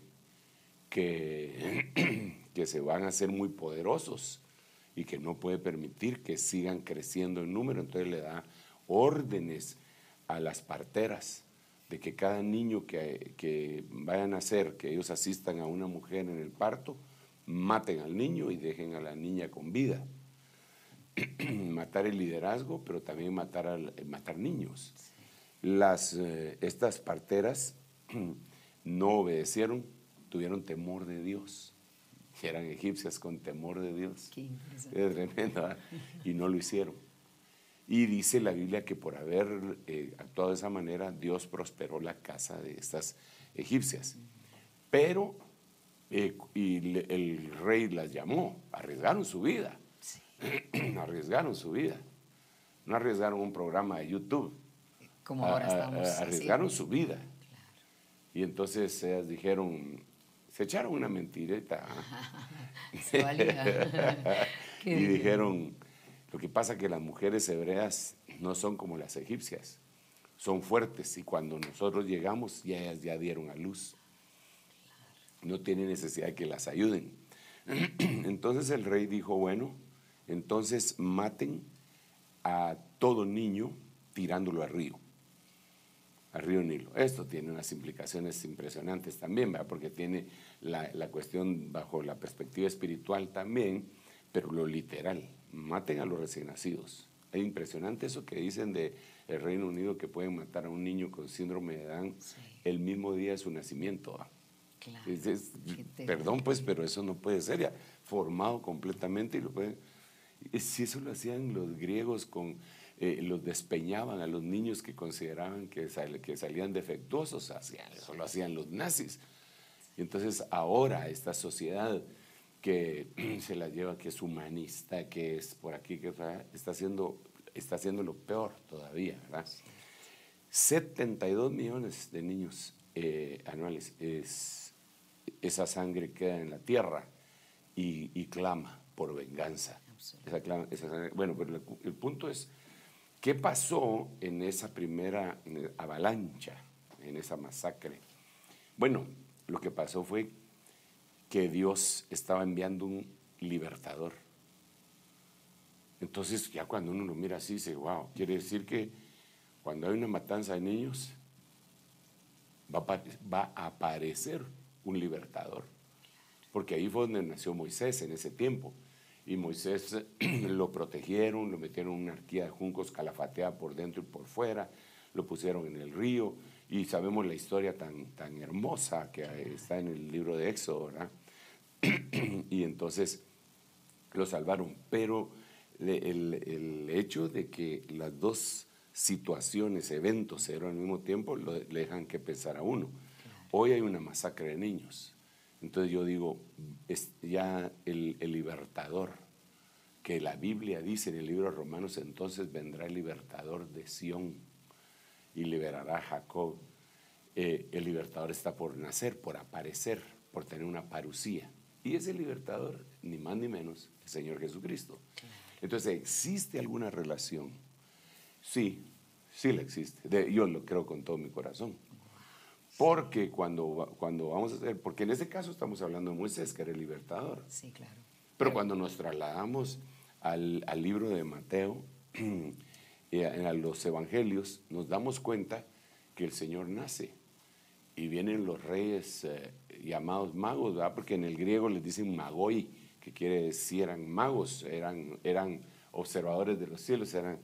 D: que, que se van a hacer muy poderosos y que no puede permitir que sigan creciendo en número, entonces le da órdenes a las parteras de que cada niño que, que vaya a nacer, que ellos asistan a una mujer en el parto, maten al niño y dejen a la niña con vida. Matar el liderazgo, pero también matar, al, matar niños. Las, eh, estas parteras no obedecieron, tuvieron temor de Dios. Eran egipcias con temor de Dios. Qué es tremendo, ¿eh? Y no lo hicieron. Y dice la Biblia que por haber eh, actuado de esa manera, Dios prosperó la casa de estas egipcias. Pero, eh, y le, el rey las llamó, arriesgaron su vida. Sí. Arriesgaron su vida. No arriesgaron un programa de YouTube.
C: Como ahora
D: a,
C: estamos.
D: A, arriesgaron
C: así.
D: su vida. Claro. Y entonces ellas dijeron, se echaron una mentireta.
C: Se valía.
D: Y dijeron, lo que pasa es que las mujeres hebreas no son como las egipcias, son fuertes, y cuando nosotros llegamos ya ellas ya dieron a luz. No tienen necesidad de que las ayuden. Entonces el rey dijo, bueno, entonces maten a todo niño tirándolo al río. Al río Nilo. Esto tiene unas implicaciones impresionantes también, ¿verdad? Porque tiene la, la cuestión bajo la perspectiva espiritual también, pero lo literal, maten a los recién nacidos. Es impresionante eso que dicen del Reino Unido, que pueden matar a un niño con síndrome de Down, sí, el mismo día de su nacimiento. ¿verdad? Claro. Es, es, perdón pues, pero eso no puede ser, ya formado completamente, y lo pueden, si eso lo hacían los griegos con... Eh, los despeñaban a los niños que consideraban que, sal, que salían defectuosos, hacían, eso lo hacían los nazis. Y entonces ahora esta sociedad que se la lleva, que es humanista, que es por aquí, que está haciendo, está haciendo lo peor todavía, ¿verdad? setenta y dos millones de niños eh, anuales, es, esa sangre queda en la tierra y, y clama por venganza. Esa clama, esa sangre, bueno, pero el, el punto es, ¿qué pasó en esa primera avalancha, en esa masacre? Bueno, lo que pasó fue que Dios estaba enviando un libertador. Entonces ya cuando uno lo mira así, dice, wow, quiere decir que cuando hay una matanza de niños, va a, va a aparecer un libertador. Porque ahí fue donde nació Moisés en ese tiempo. Y Moisés lo protegieron, lo metieron en una arquilla de juncos calafateada por dentro y por fuera, lo pusieron en el río, y sabemos la historia tan, tan hermosa que está en el libro de Éxodo, ¿verdad? Y entonces lo salvaron. Pero el, el hecho de que las dos situaciones, eventos se dieron al mismo tiempo, lo, le dejan que pensar a uno. Hoy hay una masacre de niños. Entonces yo digo, es ya el, el libertador, que la Biblia dice en el libro de Romanos, entonces vendrá el libertador de Sión y liberará a Jacob. Eh, el libertador está por nacer, por aparecer, por tener una parucía. Y ese libertador, ni más ni menos, el Señor Jesucristo. Entonces, ¿existe alguna relación? Sí, sí la existe. De, yo lo creo con todo mi corazón. Porque cuando, cuando vamos a hacer, porque en este caso estamos hablando de Moisés, que era el libertador.
C: Sí, claro.
D: Pero cuando nos trasladamos al, al libro de Mateo, en a los evangelios, nos damos cuenta que el Señor nace y vienen los reyes eh, llamados magos, ¿verdad? Porque en el griego les dicen magoi, que quiere decir eran magos, eran, eran observadores de los cielos, eran,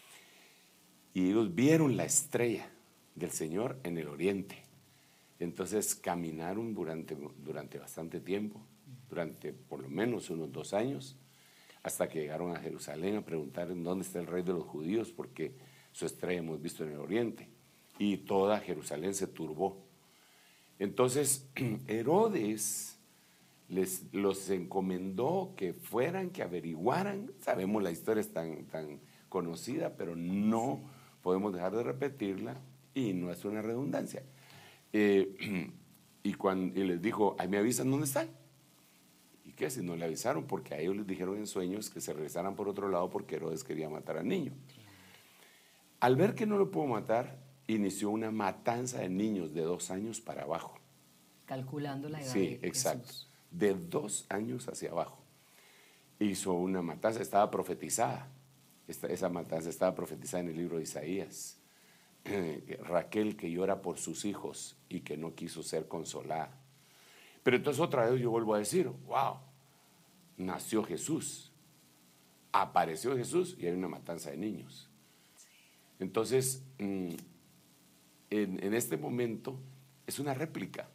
D: y ellos vieron la estrella del Señor en el oriente. Entonces caminaron durante, durante bastante tiempo, durante por lo menos unos dos años, hasta que llegaron a Jerusalén a preguntar dónde está el rey de los judíos, porque su estrella hemos visto en el oriente. Y toda Jerusalén se turbó. Entonces Herodes les, los encomendó que fueran, que averiguaran. Sabemos la historia es tan, tan conocida, pero no podemos dejar de repetirla y no es una redundancia. Eh, y, cuando, y les dijo, ahí me avisan dónde están. ¿Y qué? Si no le avisaron, porque a ellos les dijeron en sueños que se regresaran por otro lado porque Herodes quería matar al niño. Al ver que no lo pudo matar, inició una matanza de niños de dos años para abajo.
C: Calculando la edad
D: Sí,
C: de Jesús.
D: exacto. De dos años hacia abajo. Hizo una matanza, estaba profetizada. Esta, esa matanza estaba profetizada en el libro de Isaías. Raquel que llora por sus hijos y que no quiso ser consolada. Pero entonces otra vez yo vuelvo a decir, wow, nació Jesús, apareció Jesús y hay una matanza de niños. Entonces, en, en este momento es una réplica.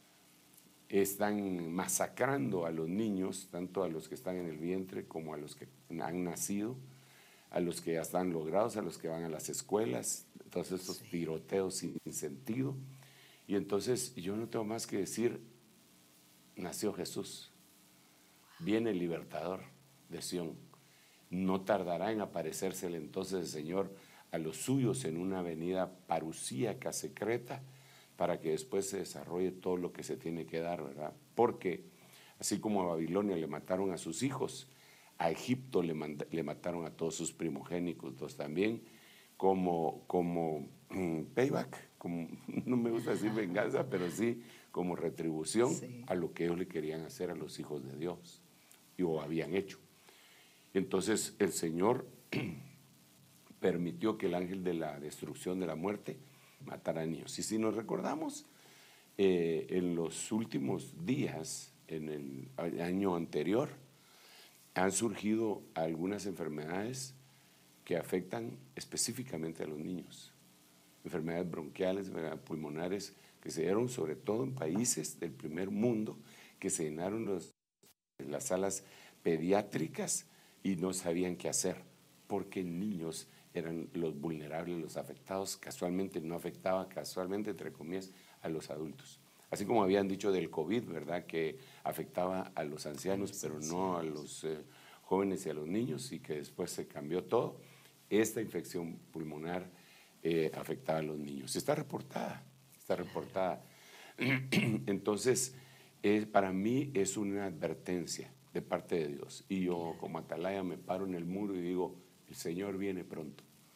D: Están masacrando a los niños, tanto a los que están en el vientre como a los que han nacido, a los que ya están logrados, a los que van a las escuelas, todos estos sí. tiroteos sin sentido. Y entonces yo no tengo más que decir, nació Jesús, viene el libertador de Sión. No tardará en aparecérsele entonces el Señor a los suyos en una avenida parucíaca secreta para que después se desarrolle todo lo que se tiene que dar, ¿verdad? Porque así como a Babilonia le mataron a sus hijos, a Egipto le, manda, le mataron a todos sus primogénitos también, como, como um, payback, como, no me gusta decir venganza, pero sí como retribución sí. a lo que ellos le querían hacer a los hijos de Dios, y o habían hecho. Entonces el Señor permitió que el ángel de la destrucción de la muerte matara a niños. Y si nos recordamos, eh, en los últimos días, en el año anterior, han surgido algunas enfermedades que afectan específicamente a los niños. Enfermedades bronquiales, enfermedades pulmonares, que se dieron sobre todo en países del primer mundo, que se llenaron los, las salas pediátricas y no sabían qué hacer, porque niños eran los vulnerables, los afectados. Casualmente no afectaba, casualmente, entre comillas, a los adultos. Así como habían dicho del COVID, ¿verdad?, que afectaba a los ancianos, pero no a los eh, jóvenes y a los niños, y que después se cambió todo. Esta infección pulmonar eh, afectaba a los niños. Está reportada, está reportada. Entonces, eh, para mí es una advertencia de parte de Dios. Y yo, como atalaya, me paro en el muro y digo, el Señor viene pronto.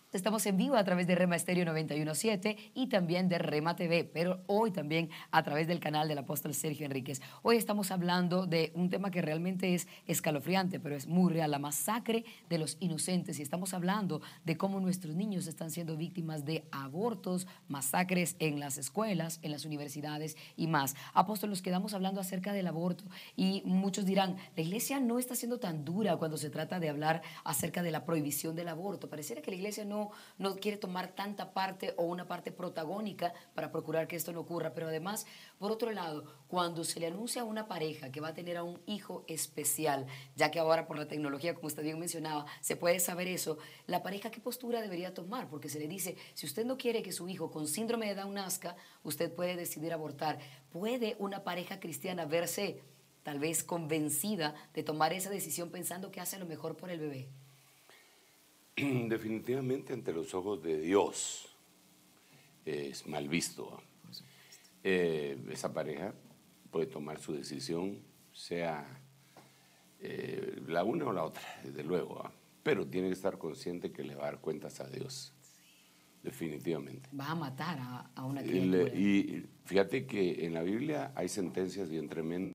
C: Estamos en vivo a través de Rema Estéreo noventa y uno punto siete y también de Rema T V, pero hoy también a través del canal del apóstol Sergio Enríquez. Hoy estamos hablando de un tema que realmente es escalofriante, pero es muy real, la masacre de los inocentes. Y estamos hablando de cómo nuestros niños están siendo víctimas de abortos, masacres en las escuelas, en las universidades y más. Apóstol, nos quedamos hablando acerca del aborto y muchos dirán, la iglesia no está siendo tan dura cuando se trata de hablar acerca de la prohibición del aborto. Pareciera que la iglesia no no quiere tomar tanta parte o una parte protagónica para procurar que esto no ocurra, pero además, por otro lado, cuando se le anuncia a una pareja que va a tener a un hijo especial, ya que ahora por la tecnología, como usted bien mencionaba, se puede saber eso, la pareja qué postura debería tomar, porque se le dice, si usted no quiere que su hijo con síndrome de Down nazca, usted puede decidir abortar. ¿Puede una pareja cristiana verse tal vez convencida de tomar esa decisión pensando que hace lo mejor por el bebé?
D: Definitivamente ante los ojos de Dios es mal visto. Eh, esa pareja puede tomar su decisión, sea eh, la una o la otra, desde luego, ¿eh? Pero tiene que estar consciente que le va a dar cuentas a Dios, definitivamente.
C: Va a matar a, a una criatura.
D: Y, y fíjate que en la Biblia hay sentencias bien tremendas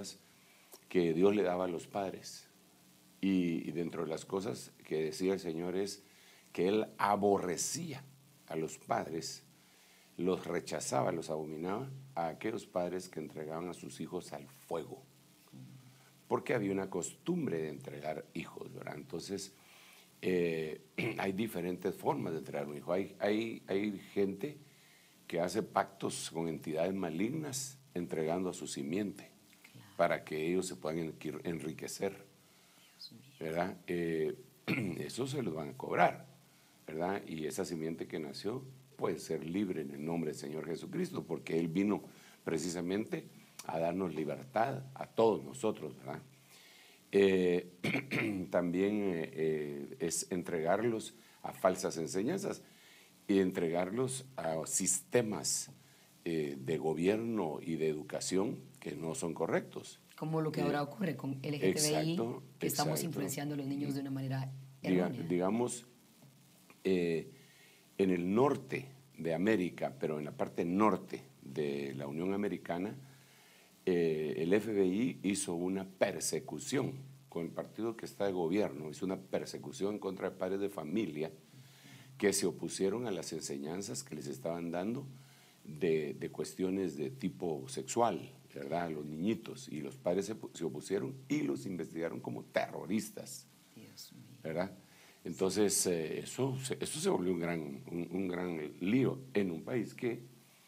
D: que Dios le daba a los padres. Y, y dentro de las cosas que decía el Señor es que Él aborrecía a los padres, los rechazaba, los abominaba a aquellos padres que entregaban a sus hijos al fuego. Porque había una costumbre de entregar hijos, ¿verdad? Entonces, eh, hay diferentes formas de entregar un hijo. Hay, hay, hay gente que hace pactos con entidades malignas entregando a su simiente, claro, para que ellos se puedan enriquecer, ¿verdad? Eh, eso se los van a cobrar, ¿verdad? Y esa simiente que nació puede ser libre en el nombre del Señor Jesucristo, porque Él vino precisamente a darnos libertad a todos nosotros, ¿verdad? Eh, también eh, es entregarlos a falsas enseñanzas y entregarlos a sistemas eh, de gobierno y de educación que no son correctos.
C: Como lo que ahora ocurre con L G T B I,
D: exacto,
C: que estamos
D: exacto.
C: influenciando a los niños de una manera
D: Diga,
C: errónea.
D: digamos, eh, en el norte de América, pero en la parte norte de la Unión Americana, eh, el F B I hizo una persecución con el partido que está de gobierno, hizo una persecución en contra de padres de familia que se opusieron a las enseñanzas que les estaban dando de, de cuestiones de tipo sexual, ¿verdad? A los niñitos, y los padres se, se opusieron y los investigaron como terroristas, ¿verdad? Entonces eh, eso, eso se volvió un gran, un, un gran lío en un país que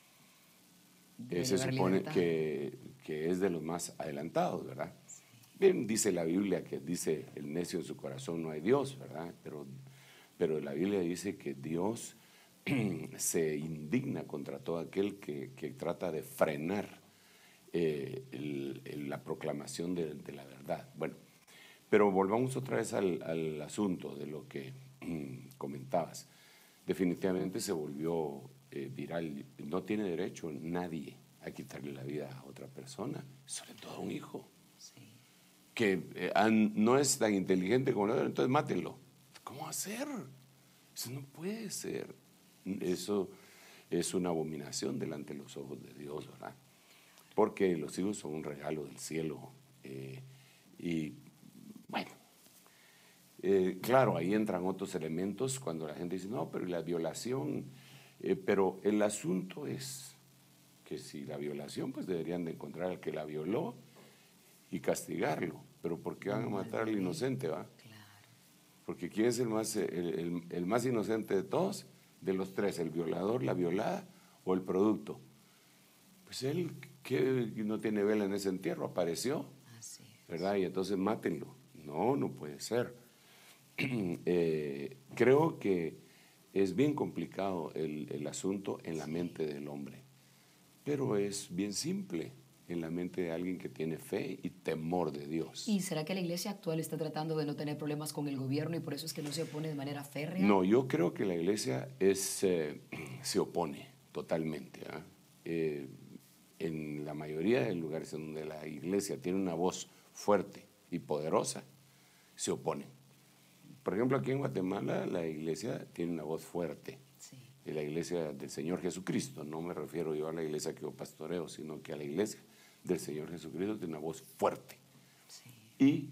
D: eh, se supone que, que es de los más adelantados, ¿verdad? Bien, dice la Biblia que dice el necio en su corazón no hay Dios, ¿verdad? Pero, pero la Biblia dice que Dios se indigna contra todo aquel que, que trata de frenar Eh, el, el, la proclamación de, de la verdad. Bueno, pero volvamos otra vez al, al asunto de lo que mm, comentabas. Definitivamente se volvió eh, viral. No tiene derecho nadie a quitarle la vida a otra persona, sobre todo a un hijo. Sí. Que eh, an, no es tan inteligente como el otro, entonces mátenlo. ¿Cómo hacer? Eso no puede ser. Eso es una abominación delante de los ojos de Dios, ¿verdad? Porque los hijos son un regalo del cielo. Eh, y bueno, eh, claro, ahí entran otros elementos cuando la gente dice, no, pero la violación, eh, pero el asunto es que si la violación, pues deberían de encontrar al que la violó y castigarlo. Pero ¿por qué van a matar al inocente, va? Claro. Porque ¿quién es el más, el, el, el más inocente de todos? De los tres, el violador, la violada o el producto. Pues él, que no tiene vela en ese entierro, apareció, así es, ¿verdad? Y entonces mátenlo. No, no puede ser. eh, creo que es bien complicado el, el asunto en la mente del hombre, pero es bien simple en la mente de alguien que tiene fe y temor de Dios.
C: ¿Y será que la iglesia actual está tratando de no tener problemas con el gobierno y por eso es que no se opone de manera férrea?
D: No, yo creo que la iglesia es, eh, se opone totalmente, ¿eh? Eh, en la mayoría de lugares en donde la iglesia tiene una voz fuerte y poderosa, se oponen. Por ejemplo, aquí en Guatemala la iglesia tiene una voz fuerte.
C: Sí.
D: Y la iglesia del Señor Jesucristo, no me refiero yo a la iglesia que yo pastoreo, sino que a la iglesia del Señor Jesucristo tiene una voz fuerte.
C: Sí.
D: Y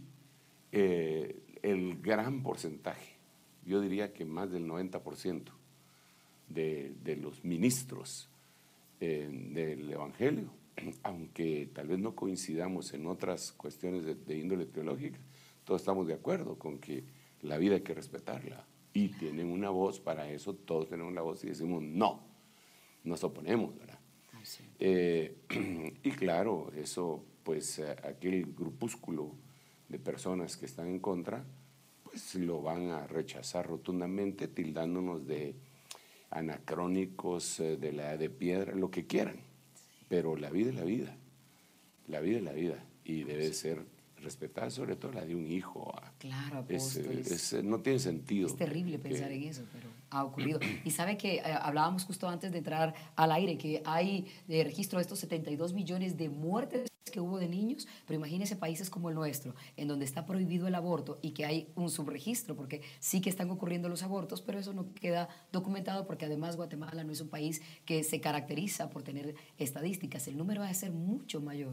D: eh, el gran porcentaje, yo diría que más del noventa por ciento de, de los ministros eh, del Evangelio, aunque tal vez no coincidamos en otras cuestiones de, de índole teológica, todos estamos de acuerdo con que la vida hay que respetarla. Y tienen una voz para eso, todos tenemos la voz y decimos no, nos oponemos, ¿verdad?
C: Ah, sí.
D: Eh, y claro, eso, pues aquel grupúsculo de personas que están en contra, pues lo van a rechazar rotundamente, tildándonos de anacrónicos, de la edad de piedra, lo que quieran. Pero la vida es la vida, la vida es la vida y debe ser respetada, sobre todo la de un hijo.
C: Claro,
D: es,
C: apóstoles.
D: es, no tiene sentido.
C: Es terrible
D: que,
C: pensar en eso, pero ha ocurrido. Y sabe que eh, hablábamos justo antes de entrar al aire, que hay de registro de estos setenta y dos millones de muertes que hubo de niños, pero imagínese países como el nuestro, en donde está prohibido el aborto y que hay un subregistro, porque sí que están ocurriendo los abortos, pero eso no queda documentado, porque además Guatemala no es un país que se caracteriza por tener estadísticas. El número va a ser mucho mayor.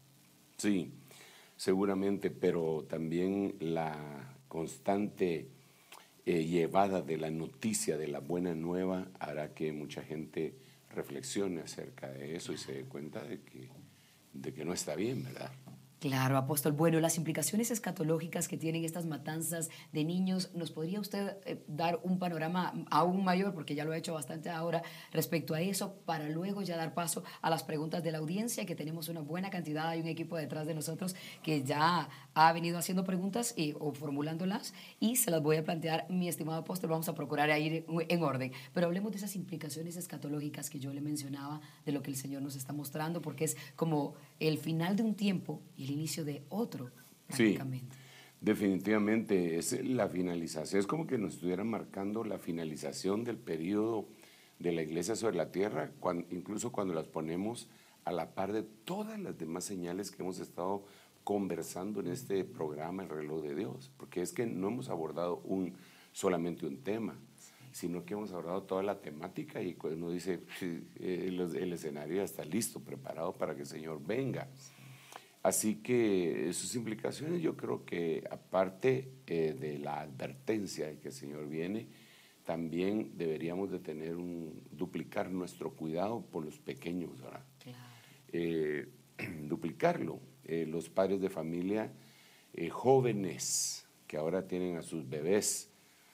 D: Sí, seguramente, pero también la constante eh, llevada de la noticia de la buena nueva hará que mucha gente reflexione acerca de eso y se dé cuenta de que, de que no está bien, ¿verdad?
C: Claro, apóstol. Bueno, las implicaciones escatológicas que tienen estas matanzas de niños, ¿nos podría usted eh, dar un panorama aún mayor, porque ya lo ha hecho bastante ahora, respecto a eso, para luego ya dar paso a las preguntas de la audiencia, que tenemos una buena cantidad, hay un equipo detrás de nosotros que ya ha venido haciendo preguntas y, o formulándolas, y se las voy a plantear, mi estimado apóstol, vamos a procurar ir en orden. Pero hablemos de esas implicaciones escatológicas que yo le mencionaba, de lo que el Señor nos está mostrando, porque es como el final de un tiempo y el inicio de otro, prácticamente.
D: Sí, definitivamente es la finalización, es como que nos estuvieran marcando la finalización del periodo de la iglesia sobre la tierra, cuando, incluso cuando las ponemos a la par de todas las demás señales que hemos estado conversando en este programa El Reloj de Dios, porque es que no hemos abordado un, solamente un tema, sino que hemos abordado toda la temática y cuando uno dice, el, el escenario ya está listo, preparado para que el Señor venga. Así que sus implicaciones, yo creo que aparte eh, de la advertencia de que el Señor viene, también deberíamos de tener un, duplicar nuestro cuidado por los pequeños, ¿verdad?
C: Claro.
D: Eh, duplicarlo. Eh, los padres de familia eh, jóvenes que ahora tienen a sus bebés,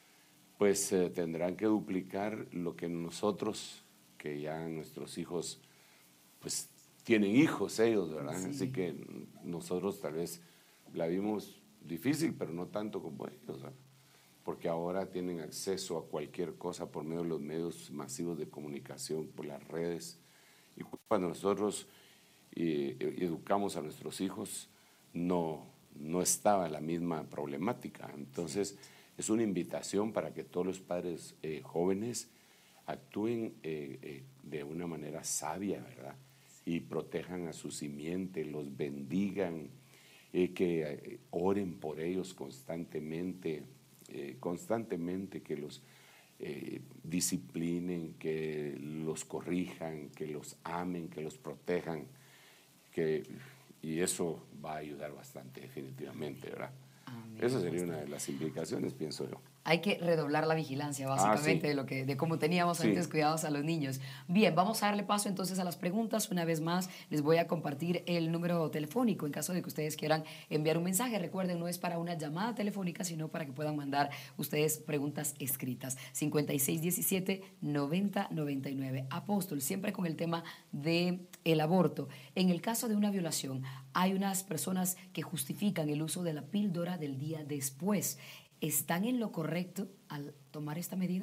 D: pues eh, tendrán que duplicar lo que nosotros, que ya nuestros hijos, pues tienen hijos ellos, ¿verdad? Sí. Así que nosotros tal vez la vimos difícil, pero no tanto como ellos, ¿verdad? Porque ahora tienen acceso a cualquier cosa por medio de los medios masivos de comunicación, por las redes. Y cuando nosotros eh, educamos a nuestros hijos, no, no estaba la misma problemática. Entonces, es una invitación para que todos los padres eh, jóvenes actúen eh, eh, de una manera sabia, ¿verdad? Y protejan a su simiente, los bendigan, eh, que eh, oren por ellos constantemente, eh, constantemente que los eh, disciplinen, que los corrijan, que los amen, que los protejan, que, y eso va a ayudar bastante definitivamente, ¿verdad? Amén. Esa sería una de las implicaciones, pienso yo.
C: Hay que redoblar la vigilancia, básicamente, ah, sí. de, lo que, de cómo teníamos sí. antes cuidados a los niños. Bien, vamos a darle paso entonces a las preguntas. Una vez más, les voy a compartir el número telefónico en caso de que ustedes quieran enviar un mensaje. Recuerden, no es para una llamada telefónica, sino para que puedan mandar ustedes preguntas escritas. cincuenta y seis diecisiete, noventa noventa y nueve. Apóstol, siempre con el tema del aborto. En el caso de una violación, hay unas personas que justifican el uso de la píldora del día después. ¿Están en lo correcto al tomar esta medida?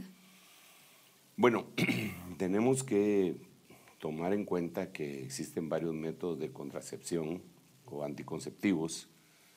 D: Bueno, tenemos que tomar en cuenta que existen varios métodos de contracepción o anticonceptivos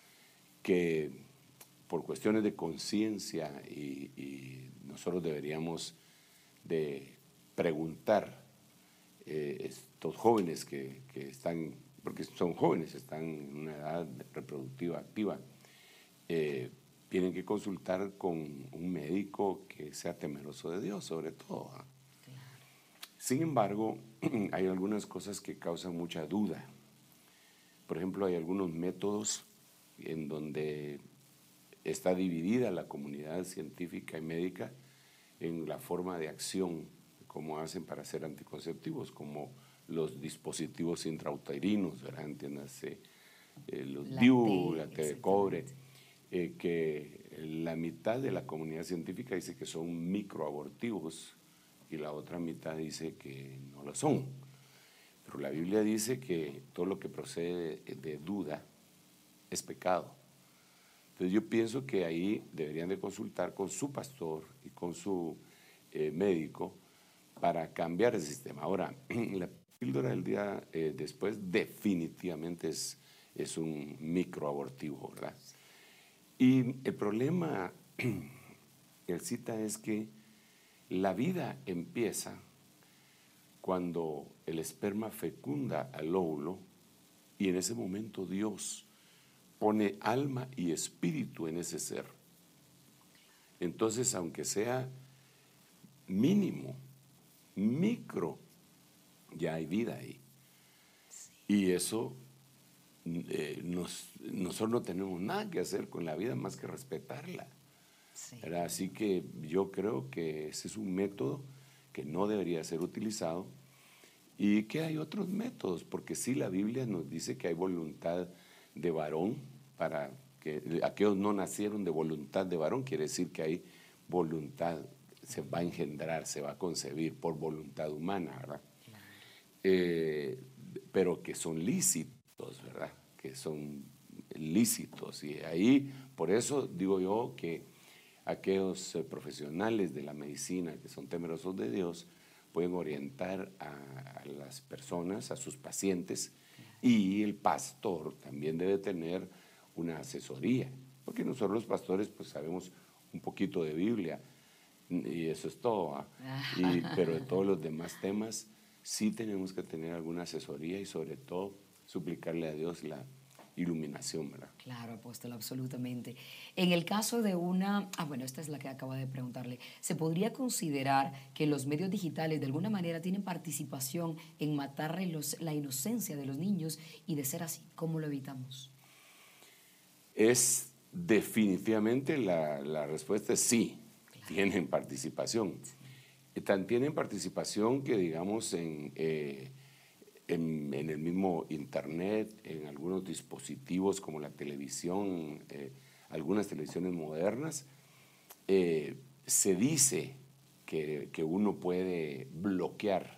D: que por cuestiones de conciencia y, y nosotros deberíamos de preguntar eh, estos jóvenes que, que están, porque son jóvenes, están en una edad reproductiva activa, eh, tienen que consultar con un médico que sea temeroso de Dios, sobre todo. ¿eh? Claro. Sin embargo, hay algunas cosas que causan mucha duda. Por ejemplo, hay algunos métodos en donde está dividida la comunidad científica y médica en la forma de acción, como hacen para hacer anticonceptivos, como los dispositivos intrauterinos, ¿verdad? Entiéndase, eh, los D I U, la T de cobre, eh, que la mitad de la comunidad científica dice que son microabortivos y la otra mitad dice que no lo son. Pero la Biblia dice que todo lo que procede de, de duda es pecado. Entonces yo pienso que ahí deberían de consultar con su pastor y con su eh, médico para cambiar el sistema. Ahora, la píldora del día eh, después definitivamente es, es un microabortivo, ¿verdad? Y el problema, el cita, es que la vida empieza cuando el esperma fecunda al óvulo y en ese momento Dios pone alma y espíritu en ese ser. Entonces, aunque sea mínimo, micro, ya hay vida ahí. Sí. Y eso, eh, nos, nosotros no tenemos nada que hacer con la vida más que respetarla. Sí. Así que yo creo que ese es un método que no debería ser utilizado y que hay otros métodos, porque sí, la Biblia nos dice que hay voluntad de varón, para que aquellos no nacieron de voluntad de varón, quiere decir que hay voluntad, se va a engendrar, se va a concebir por voluntad humana, ¿verdad? Claro. Eh, pero que son lícitos, ¿verdad? Que son lícitos. Y ahí, por eso digo yo que aquellos eh, profesionales de la medicina que son temerosos de Dios pueden orientar a, a las personas, a sus pacientes, y el pastor también debe tener una asesoría, porque nosotros los pastores pues sabemos un poquito de Biblia y eso es todo, ¿eh? y, pero de todos los demás temas sí tenemos que tener alguna asesoría y sobre todo suplicarle a Dios la iluminación, ¿verdad?
C: Claro, apóstol, absolutamente. En el caso de una, ah bueno, esta es la que acabo de preguntarle, ¿se podría considerar que los medios digitales de alguna manera tienen participación en matar los, la inocencia de los niños? Y de ser así, ¿cómo lo evitamos?
D: Es definitivamente la, la respuesta es sí, claro. Tienen participación. Sí. Tan tienen participación que digamos en... Eh, En, en el mismo internet, en algunos dispositivos como la televisión, eh, algunas televisiones modernas, eh, se dice que, que uno puede bloquear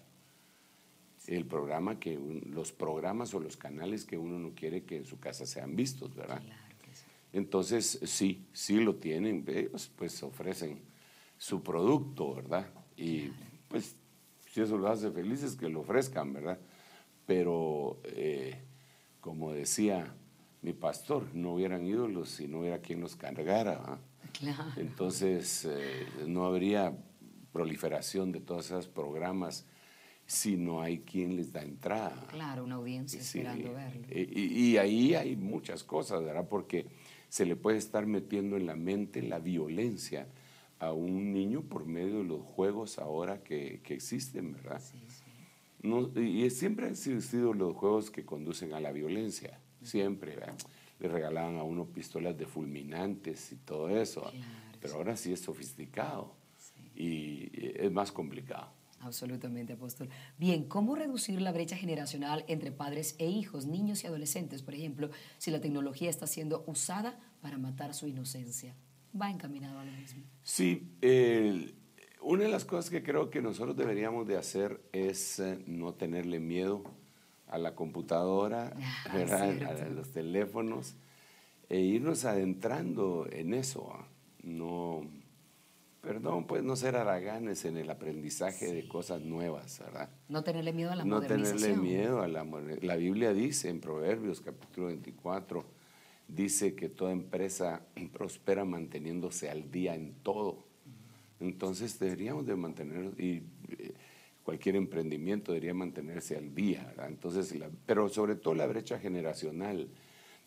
D: el programa, que un, los programas o los canales que uno no quiere que en su casa sean vistos, ¿verdad? Claro que sí. Entonces, sí, sí lo tienen, ellos pues ofrecen su producto, ¿verdad? Y claro. Pues si eso lo hace felices, que lo ofrezcan, ¿verdad? Pero, eh, como decía mi pastor, no hubieran ídolos si no hubiera quien los cargara. ¿eh? Claro. Entonces, eh, no habría proliferación de todos esos programas si no hay quien les da entrada.
C: Claro, una audiencia sí, esperando verlo.
D: Y, y ahí hay muchas cosas, ¿verdad? Porque se le puede estar metiendo en la mente la violencia a un niño por medio de los juegos ahora que, que existen, ¿verdad? Sí, sí. No, y siempre han existido los juegos que conducen a la violencia, siempre, ¿verdad? Le regalaban a uno pistolas de fulminantes y todo eso, claro, pero sí. Ahora sí es sofisticado, sí. Y es más complicado.
C: Absolutamente, apóstol. Bien, ¿cómo reducir la brecha generacional entre padres e hijos, niños y adolescentes, por ejemplo, si la tecnología está siendo usada para matar su inocencia? ¿Va encaminado a lo mismo?
D: Sí, el... Una de las cosas que creo que nosotros deberíamos de hacer es eh, no tenerle miedo a la computadora, ah, ¿verdad? A los teléfonos, e irnos adentrando en eso. No, perdón, pues no ser haraganes en el aprendizaje sí. de cosas nuevas, ¿verdad?
C: No tenerle miedo a la
D: no
C: modernización.
D: No tenerle miedo a la modernización. La Biblia dice en Proverbios capítulo veinticuatro, dice que toda empresa prospera manteniéndose al día en todo. Entonces deberíamos de mantener, y eh, cualquier emprendimiento debería mantenerse al día, ¿verdad? Entonces, la, pero sobre todo la brecha generacional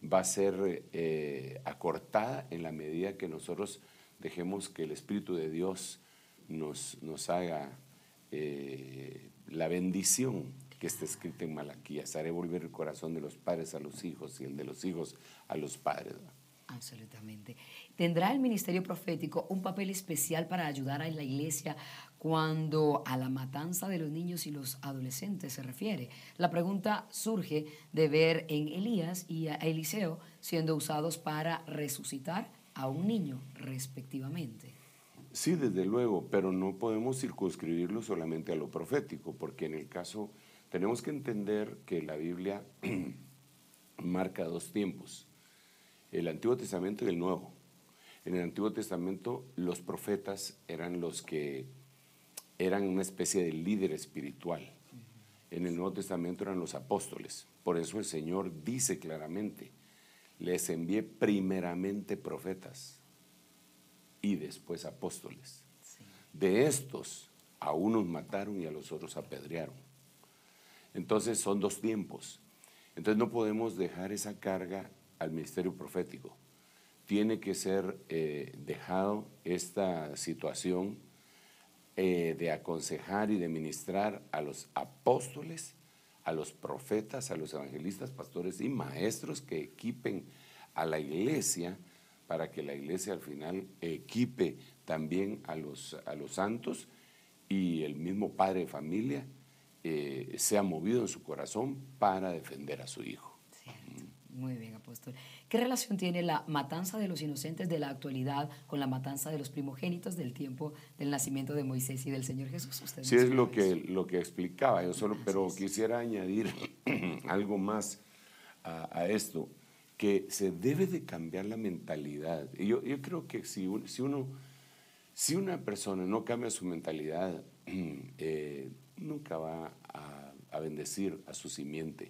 D: va a ser eh, acortada en la medida que nosotros dejemos que el Espíritu de Dios nos, nos haga eh, la bendición que está escrita en Malaquías. Haré volver el corazón de los padres a los hijos y el de los hijos a los padres.
C: Absolutamente. ¿Tendrá el ministerio profético un papel especial para ayudar a la iglesia cuando a la matanza de los niños y los adolescentes se refiere? La pregunta surge de ver en Elías y a Eliseo siendo usados para resucitar a un niño, respectivamente.
D: Sí, desde luego, pero no podemos circunscribirlo solamente a lo profético, porque en el caso tenemos que entender que la Biblia marca dos tiempos, el Antiguo Testamento y el Nuevo. En el Antiguo Testamento los profetas eran los que eran una especie de líder espiritual. En el Nuevo Testamento eran los apóstoles. Por eso el Señor dice claramente, les envié primeramente profetas y después apóstoles. Sí. De estos, a unos mataron y a los otros apedrearon. Entonces son dos tiempos. Entonces no podemos dejar esa carga al ministerio profético. Tiene que ser eh, dejado esta situación eh, de aconsejar y de ministrar a los apóstoles, a los profetas, a los evangelistas, pastores y maestros que equipen a la iglesia para que la iglesia al final equipe también a los, a los santos y el mismo padre de familia eh, sea movido en su corazón para defender a su hijo.
C: Cierto. Muy bien, apóstol. ¿Qué relación tiene la matanza de los inocentes de la actualidad con la matanza de los primogénitos del tiempo del nacimiento de Moisés y del Señor Jesús? Usted
D: sí, es lo que, lo que explicaba yo solo, pero
C: es.
D: quisiera añadir algo más a, a esto, que se debe de cambiar la mentalidad. Y yo, yo creo que si, un, si, uno, si una persona no cambia su mentalidad, eh, nunca va a, a bendecir a su simiente.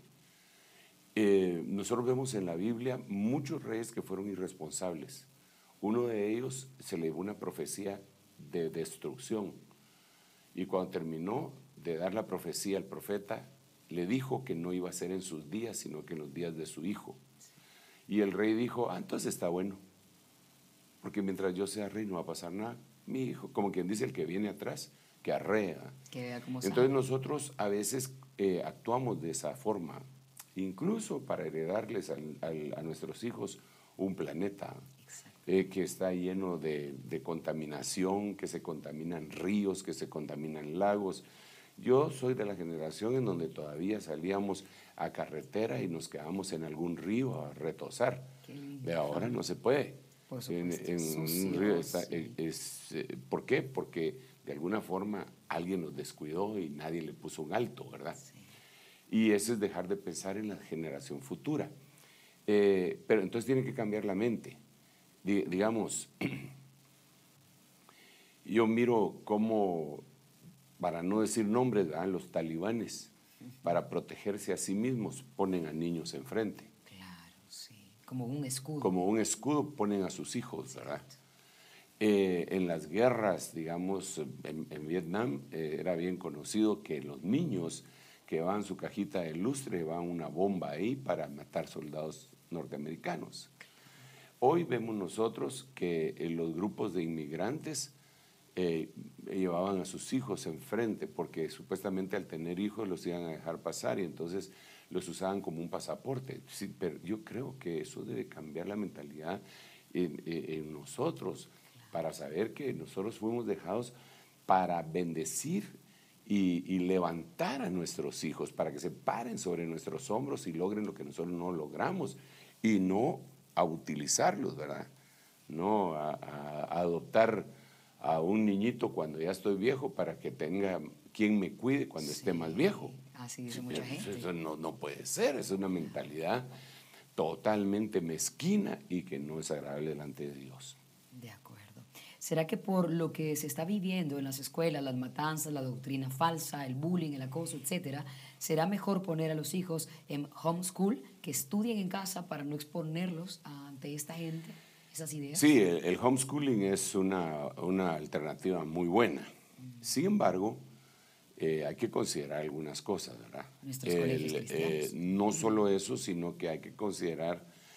D: Eh, nosotros vemos en la Biblia muchos reyes que fueron irresponsables. Uno de ellos se le dio una profecía de destrucción y cuando terminó de dar la profecía al profeta, le dijo que no iba a ser en sus días, sino que en los días de su hijo. Y el rey dijo, ah, entonces está bueno, porque mientras yo sea rey no va a pasar nada. Mi hijo, como quien dice el que viene atrás, que arrea.
C: Que vea cómo
D: Entonces
C: sabe.
D: nosotros a veces eh, actuamos de esa forma, incluso para heredarles al, al, a nuestros hijos un planeta eh, que está lleno de, de contaminación, que se contaminan ríos, que se contaminan lagos. Yo soy de la generación en donde todavía salíamos a carretera y nos quedamos en algún río a retozar. De ahora no se puede.
C: Por supuesto,
D: en, en un río está, sí. es, es, ¿Por qué? Porque de alguna forma alguien nos descuidó y nadie le puso un alto, ¿verdad? Sí. Y eso es dejar de pensar en la generación futura. Eh, pero entonces tiene que cambiar la mente. Di, digamos, yo miro cómo, para no decir nombres, ¿verdad? Los talibanes, uh-huh. para protegerse a sí mismos, ponen a niños enfrente.
C: Claro, sí. Como un escudo.
D: Como un escudo ponen a sus hijos, ¿verdad? Eh, en las guerras, digamos, en, en Vietnam, eh, era bien conocido que los niños que van su cajita de lustre, van una bomba ahí para matar soldados norteamericanos. Hoy vemos nosotros que eh, los grupos de inmigrantes eh, llevaban a sus hijos enfrente porque supuestamente al tener hijos los iban a dejar pasar y entonces los usaban como un pasaporte. Sí, pero yo creo que eso debe cambiar la mentalidad en, en, en nosotros para saber que nosotros fuimos dejados para bendecir Y, y levantar a nuestros hijos para que se paren sobre nuestros hombros y logren lo que nosotros no logramos y no a utilizarlos, ¿verdad? No a, a, a adoptar a un niñito cuando ya estoy viejo para que tenga quien me cuide cuando sí, esté más viejo.
C: Así dice mucha gente.
D: Eso no, no puede ser, es una mentalidad totalmente mezquina y que no es agradable delante de Dios.
C: De acuerdo. ¿Será que por lo que se está viviendo en las escuelas, las matanzas, la doctrina falsa, el bullying, el acoso, etcétera, será mejor poner a los hijos en homeschool, que estudien en casa para no exponerlos ante esta gente, esas ideas?
D: Sí, el, el homeschooling es una, una alternativa muy buena. Mm. Sin embargo, eh, hay que considerar algunas cosas, ¿verdad?
C: Nuestros el, colegios cristianos.
D: Eh, no solo eso, sino que hay que considerar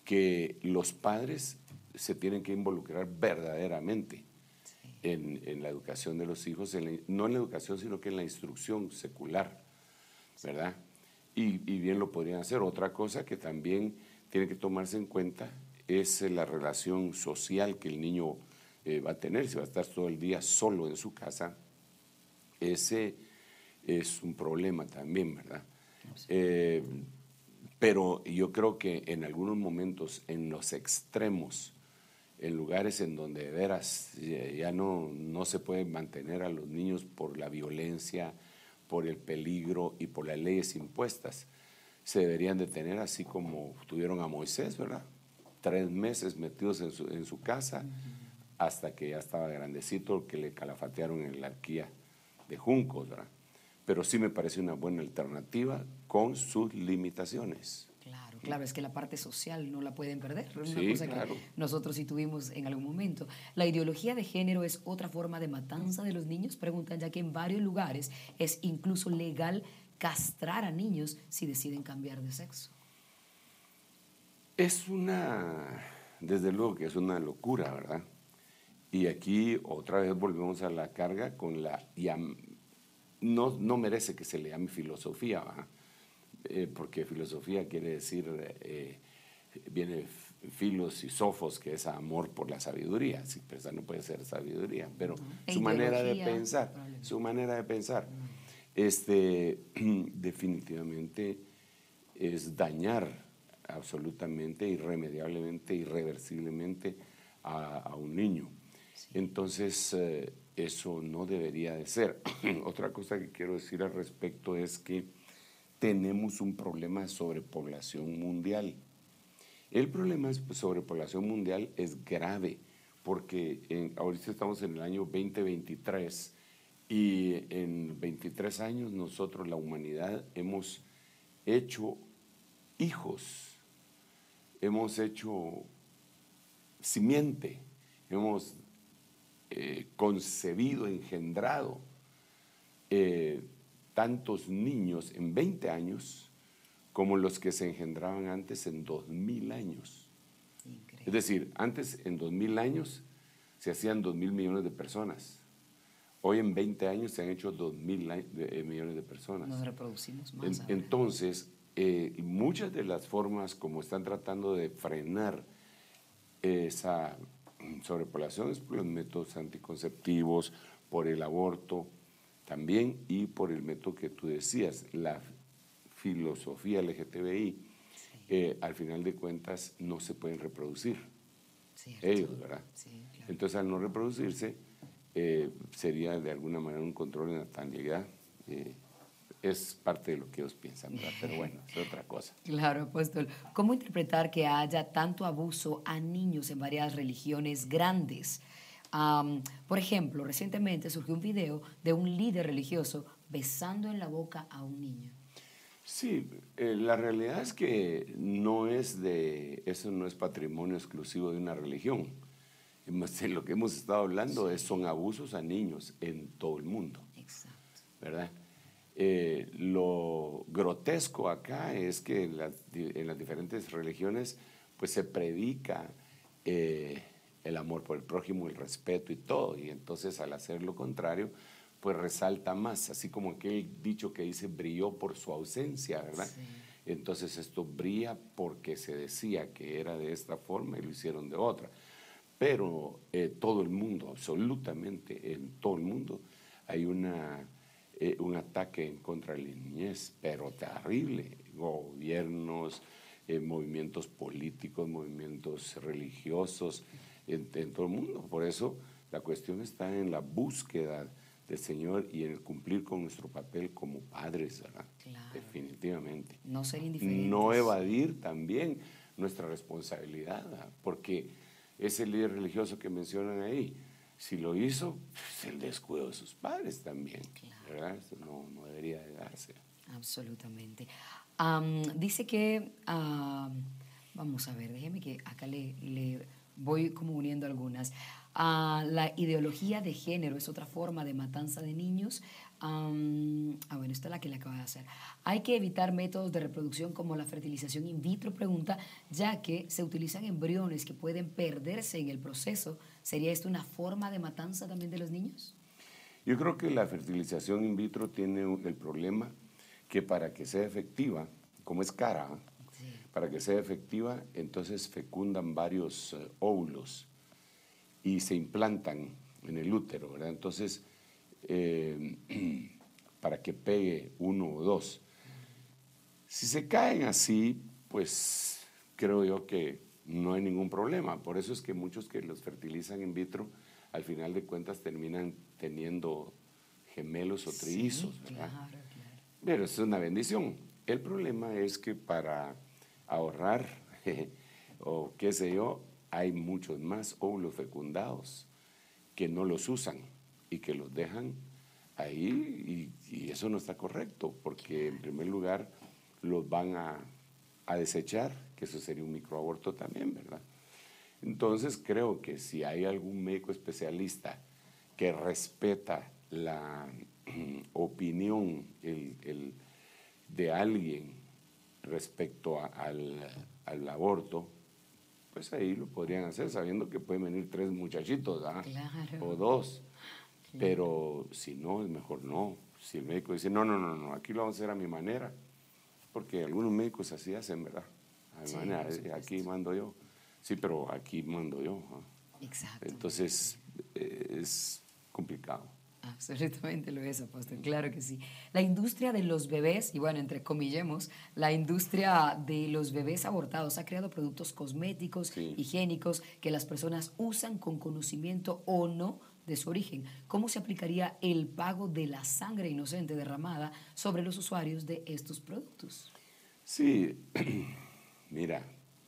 D: que los padres se tienen que involucrar verdaderamente sí. en, en la educación de los hijos, en la, no en la educación, sino que en la instrucción secular, ¿verdad? Y, y bien lo podrían hacer. Otra cosa que también tiene que tomarse en cuenta es la relación social que el niño eh, va a tener. Si va a estar todo el día solo en su casa, ese es un problema también, ¿verdad? Sí. Eh, pero yo creo que en algunos momentos, en los extremos, en lugares en donde de veras ya no, no se puede mantener a los niños por la violencia, por el peligro y por las leyes impuestas, se deberían detener, así como tuvieron a Moisés, ¿verdad? Tres meses metidos en su, en su casa, uh-huh. hasta que ya estaba grandecito, que le calafatearon en la arquía de juncos, ¿verdad? Pero sí me parece una buena alternativa con sus limitaciones.
C: Claro, claro, es que la parte social no la pueden perder. Es una
D: sí,
C: cosa
D: claro.
C: que nosotros sí tuvimos en algún momento. La ideología de género es otra forma de matanza de los niños. Preguntan ya que en varios lugares es incluso legal castrar a niños si deciden cambiar de sexo.
D: Es una, desde luego que es una locura, ¿verdad? Y aquí otra vez volvemos a la carga con la... No, no merece que se le llame filosofía, ¿verdad? Eh, porque filosofía quiere decir, eh, viene filos y sofos, que es amor por la sabiduría. Sí, pero esa no puede ser sabiduría, pero uh-huh. su manera de pensar, su manera de pensar, uh-huh. este, definitivamente es dañar absolutamente, irremediablemente, irreversiblemente a, a un niño. Sí. Entonces, eh, eso no debería de ser. Otra cosa que quiero decir al respecto es que tenemos un problema de sobrepoblación mundial. El problema de sobrepoblación mundial es grave, porque en, ahorita estamos en el año veinte veintitrés y en veintitrés años nosotros, la humanidad, hemos hecho hijos, hemos hecho simiente, hemos eh, concebido, engendrado eh, tantos niños en veinte años como los que se engendraban antes en dos mil años. Increíble. Es decir, antes en dos mil años se hacían dos mil millones de personas. Hoy en veinte años se han hecho dos mil millones de personas.
C: Nos reproducimos más.
D: En, entonces, eh, muchas de las formas como están tratando de frenar esa sobrepoblación es por los métodos anticonceptivos, por el aborto también y por el método que tú decías, la filosofía L G T B I. Sí. Eh, al final de cuentas no se pueden reproducir. Cierto. Ellos, ¿verdad? Sí, claro. Entonces, al no reproducirse, eh, sería de alguna manera un control de natalidad. Eh, es parte de lo que ellos piensan, ¿verdad? Pero bueno, es otra cosa.
C: Claro, apóstol. ¿Cómo interpretar que haya tanto abuso a niños en varias religiones grandes? Um, por ejemplo, recientemente surgió un video de un líder religioso besando en la boca a un niño.
D: Sí, eh, la realidad es que no es de, eso no es patrimonio exclusivo de una religión. Lo que hemos estado hablando sí. es, son abusos a niños en todo el mundo.
C: Exacto.
D: ¿Verdad? Eh, lo grotesco acá es que en las, en las diferentes religiones pues se predica eh, el amor por el prójimo, el respeto y todo, y entonces al hacer lo contrario pues resalta más, así como aquel dicho que dice brilló por su ausencia, ¿verdad? Sí. Entonces esto brilla porque se decía que era de esta forma y lo hicieron de otra, pero eh, todo el mundo, absolutamente en todo el mundo hay una Eh, un ataque en contra de la niñez, pero terrible. Gobiernos, eh, movimientos políticos, movimientos religiosos, en, en todo el mundo. Por eso la cuestión está en la búsqueda del Señor y en el cumplir con nuestro papel como padres, ¿verdad?
C: Claro.
D: Definitivamente.
C: No ser indiferentes.
D: No evadir también nuestra responsabilidad, ¿verdad? Porque ese líder religioso que mencionan ahí, si lo hizo, pues el descuido de sus padres también, claro. ¿verdad? Eso no, no debería de darse.
C: Absolutamente. Um, dice que, uh, vamos a ver, déjeme que acá le, le voy como uniendo algunas. Uh, la ideología de género es otra forma de matanza de niños. Um, ah, bueno, esta es la que le acabo de hacer. Hay que evitar métodos de reproducción como la fertilización in vitro, pregunta, ya que se utilizan embriones que pueden perderse en el proceso. ¿Sería esto una forma de matanza también de los niños?
D: Yo creo que la fertilización in vitro tiene el problema que para que sea efectiva, como es cara, sí. para que sea efectiva, entonces fecundan varios uh, óvulos y se implantan en el útero, ¿verdad? Entonces, eh, para que pegue uno o dos. Si se caen así, pues creo yo que no hay ningún problema. Por eso es que muchos que los fertilizan in vitro, al final de cuentas terminan teniendo gemelos o trillizos, sí, ¿verdad? Claro, claro. Pero eso es una bendición. El problema es que para ahorrar, o qué sé yo, hay muchos más óvulos fecundados que no los usan y que los dejan ahí, y, y eso no está correcto, porque en primer lugar los van a, a desechar, que eso sería un microaborto también, ¿verdad? Entonces creo que si hay algún médico especialista que respeta la opinión el, el, de alguien respecto a, al, al aborto, pues ahí lo podrían hacer, sabiendo que pueden venir tres muchachitos, ¿ah? Claro. O dos. Claro. Pero si no, es mejor no. Si el médico dice, no, no, no, no, aquí lo vamos a hacer a mi manera, porque algunos médicos así hacen, ¿verdad? A mi sí, manera, aquí mando yo. Sí, pero aquí mando yo. ¿Ah? Exacto. Entonces, eh, es complicado.
C: Absolutamente lo es, apóstol, claro que sí. La industria de los bebés, y bueno, entre comillemos, la industria de los bebés abortados ha creado productos cosméticos, sí. higiénicos, que las personas usan con conocimiento o no de su origen. ¿Cómo se aplicaría el pago de la sangre inocente derramada sobre los usuarios de estos productos?
D: Sí, mira,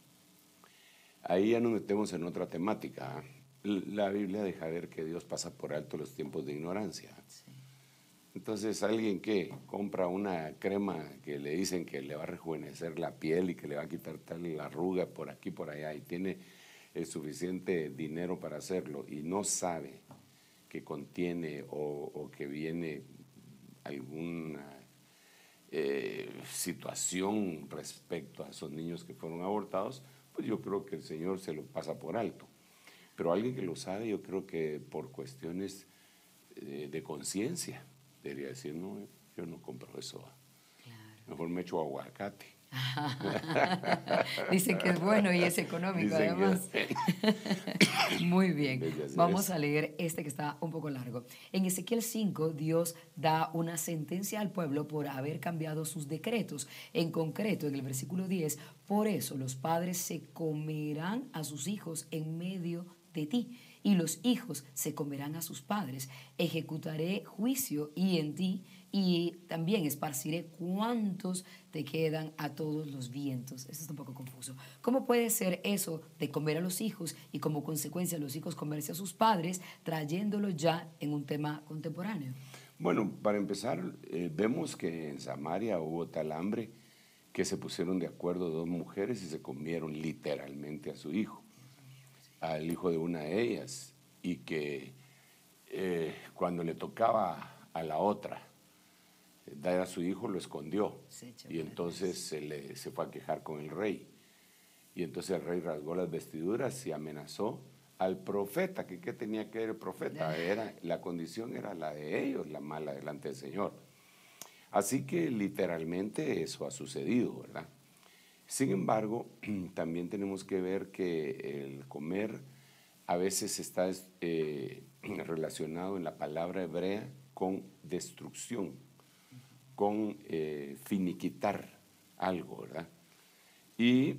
D: ahí ya nos metemos en otra temática. La Biblia deja ver que Dios pasa por alto los tiempos de ignorancia. Sí. Entonces, alguien que compra una crema que le dicen que le va a rejuvenecer la piel y que le va a quitar tal la arruga por aquí, por allá, y tiene el suficiente dinero para hacerlo y no sabe que contiene o, o que viene alguna eh, situación respecto a esos niños que fueron abortados, pues yo creo que el Señor se lo pasa por alto. Pero alguien que lo sabe, yo creo que por cuestiones eh, de conciencia, debería decir, no, yo no compro eso. Claro. Mejor me echo aguacate.
C: Dicen que es bueno y es económico. Dicen además. Que... Muy bien. Vamos a leer este que está un poco largo. En Ezequiel cinco, Dios da una sentencia al pueblo por haber cambiado sus decretos. En concreto, en el versículo diez, por eso los padres se comerán a sus hijos en medio de ti, y los hijos se comerán a sus padres. Ejecutaré juicio y en ti, y también esparciré cuantos te quedan a todos los vientos. Eso está un poco confuso. ¿Cómo puede ser eso de comer a los hijos y como consecuencia los hijos comerse a sus padres, trayéndolo ya en un tema contemporáneo?
D: Bueno, para empezar, eh, vemos que en Samaria hubo tal hambre que se pusieron de acuerdo dos mujeres y se comieron literalmente a su hijo, al hijo de una de ellas, y que eh, cuando le tocaba a la otra dar a su hijo, lo escondió, sí, y entonces se, le, se fue a quejar con el rey, y entonces el rey rasgó las vestiduras y amenazó al profeta. que qué tenía que ver el profeta? Era, la condición era la de ellos, la mala delante del Señor. Así que literalmente eso ha sucedido, ¿verdad? Sin embargo, también tenemos que ver que el comer a veces está eh, relacionado en la palabra hebrea con destrucción, con eh, finiquitar algo, ¿verdad? Y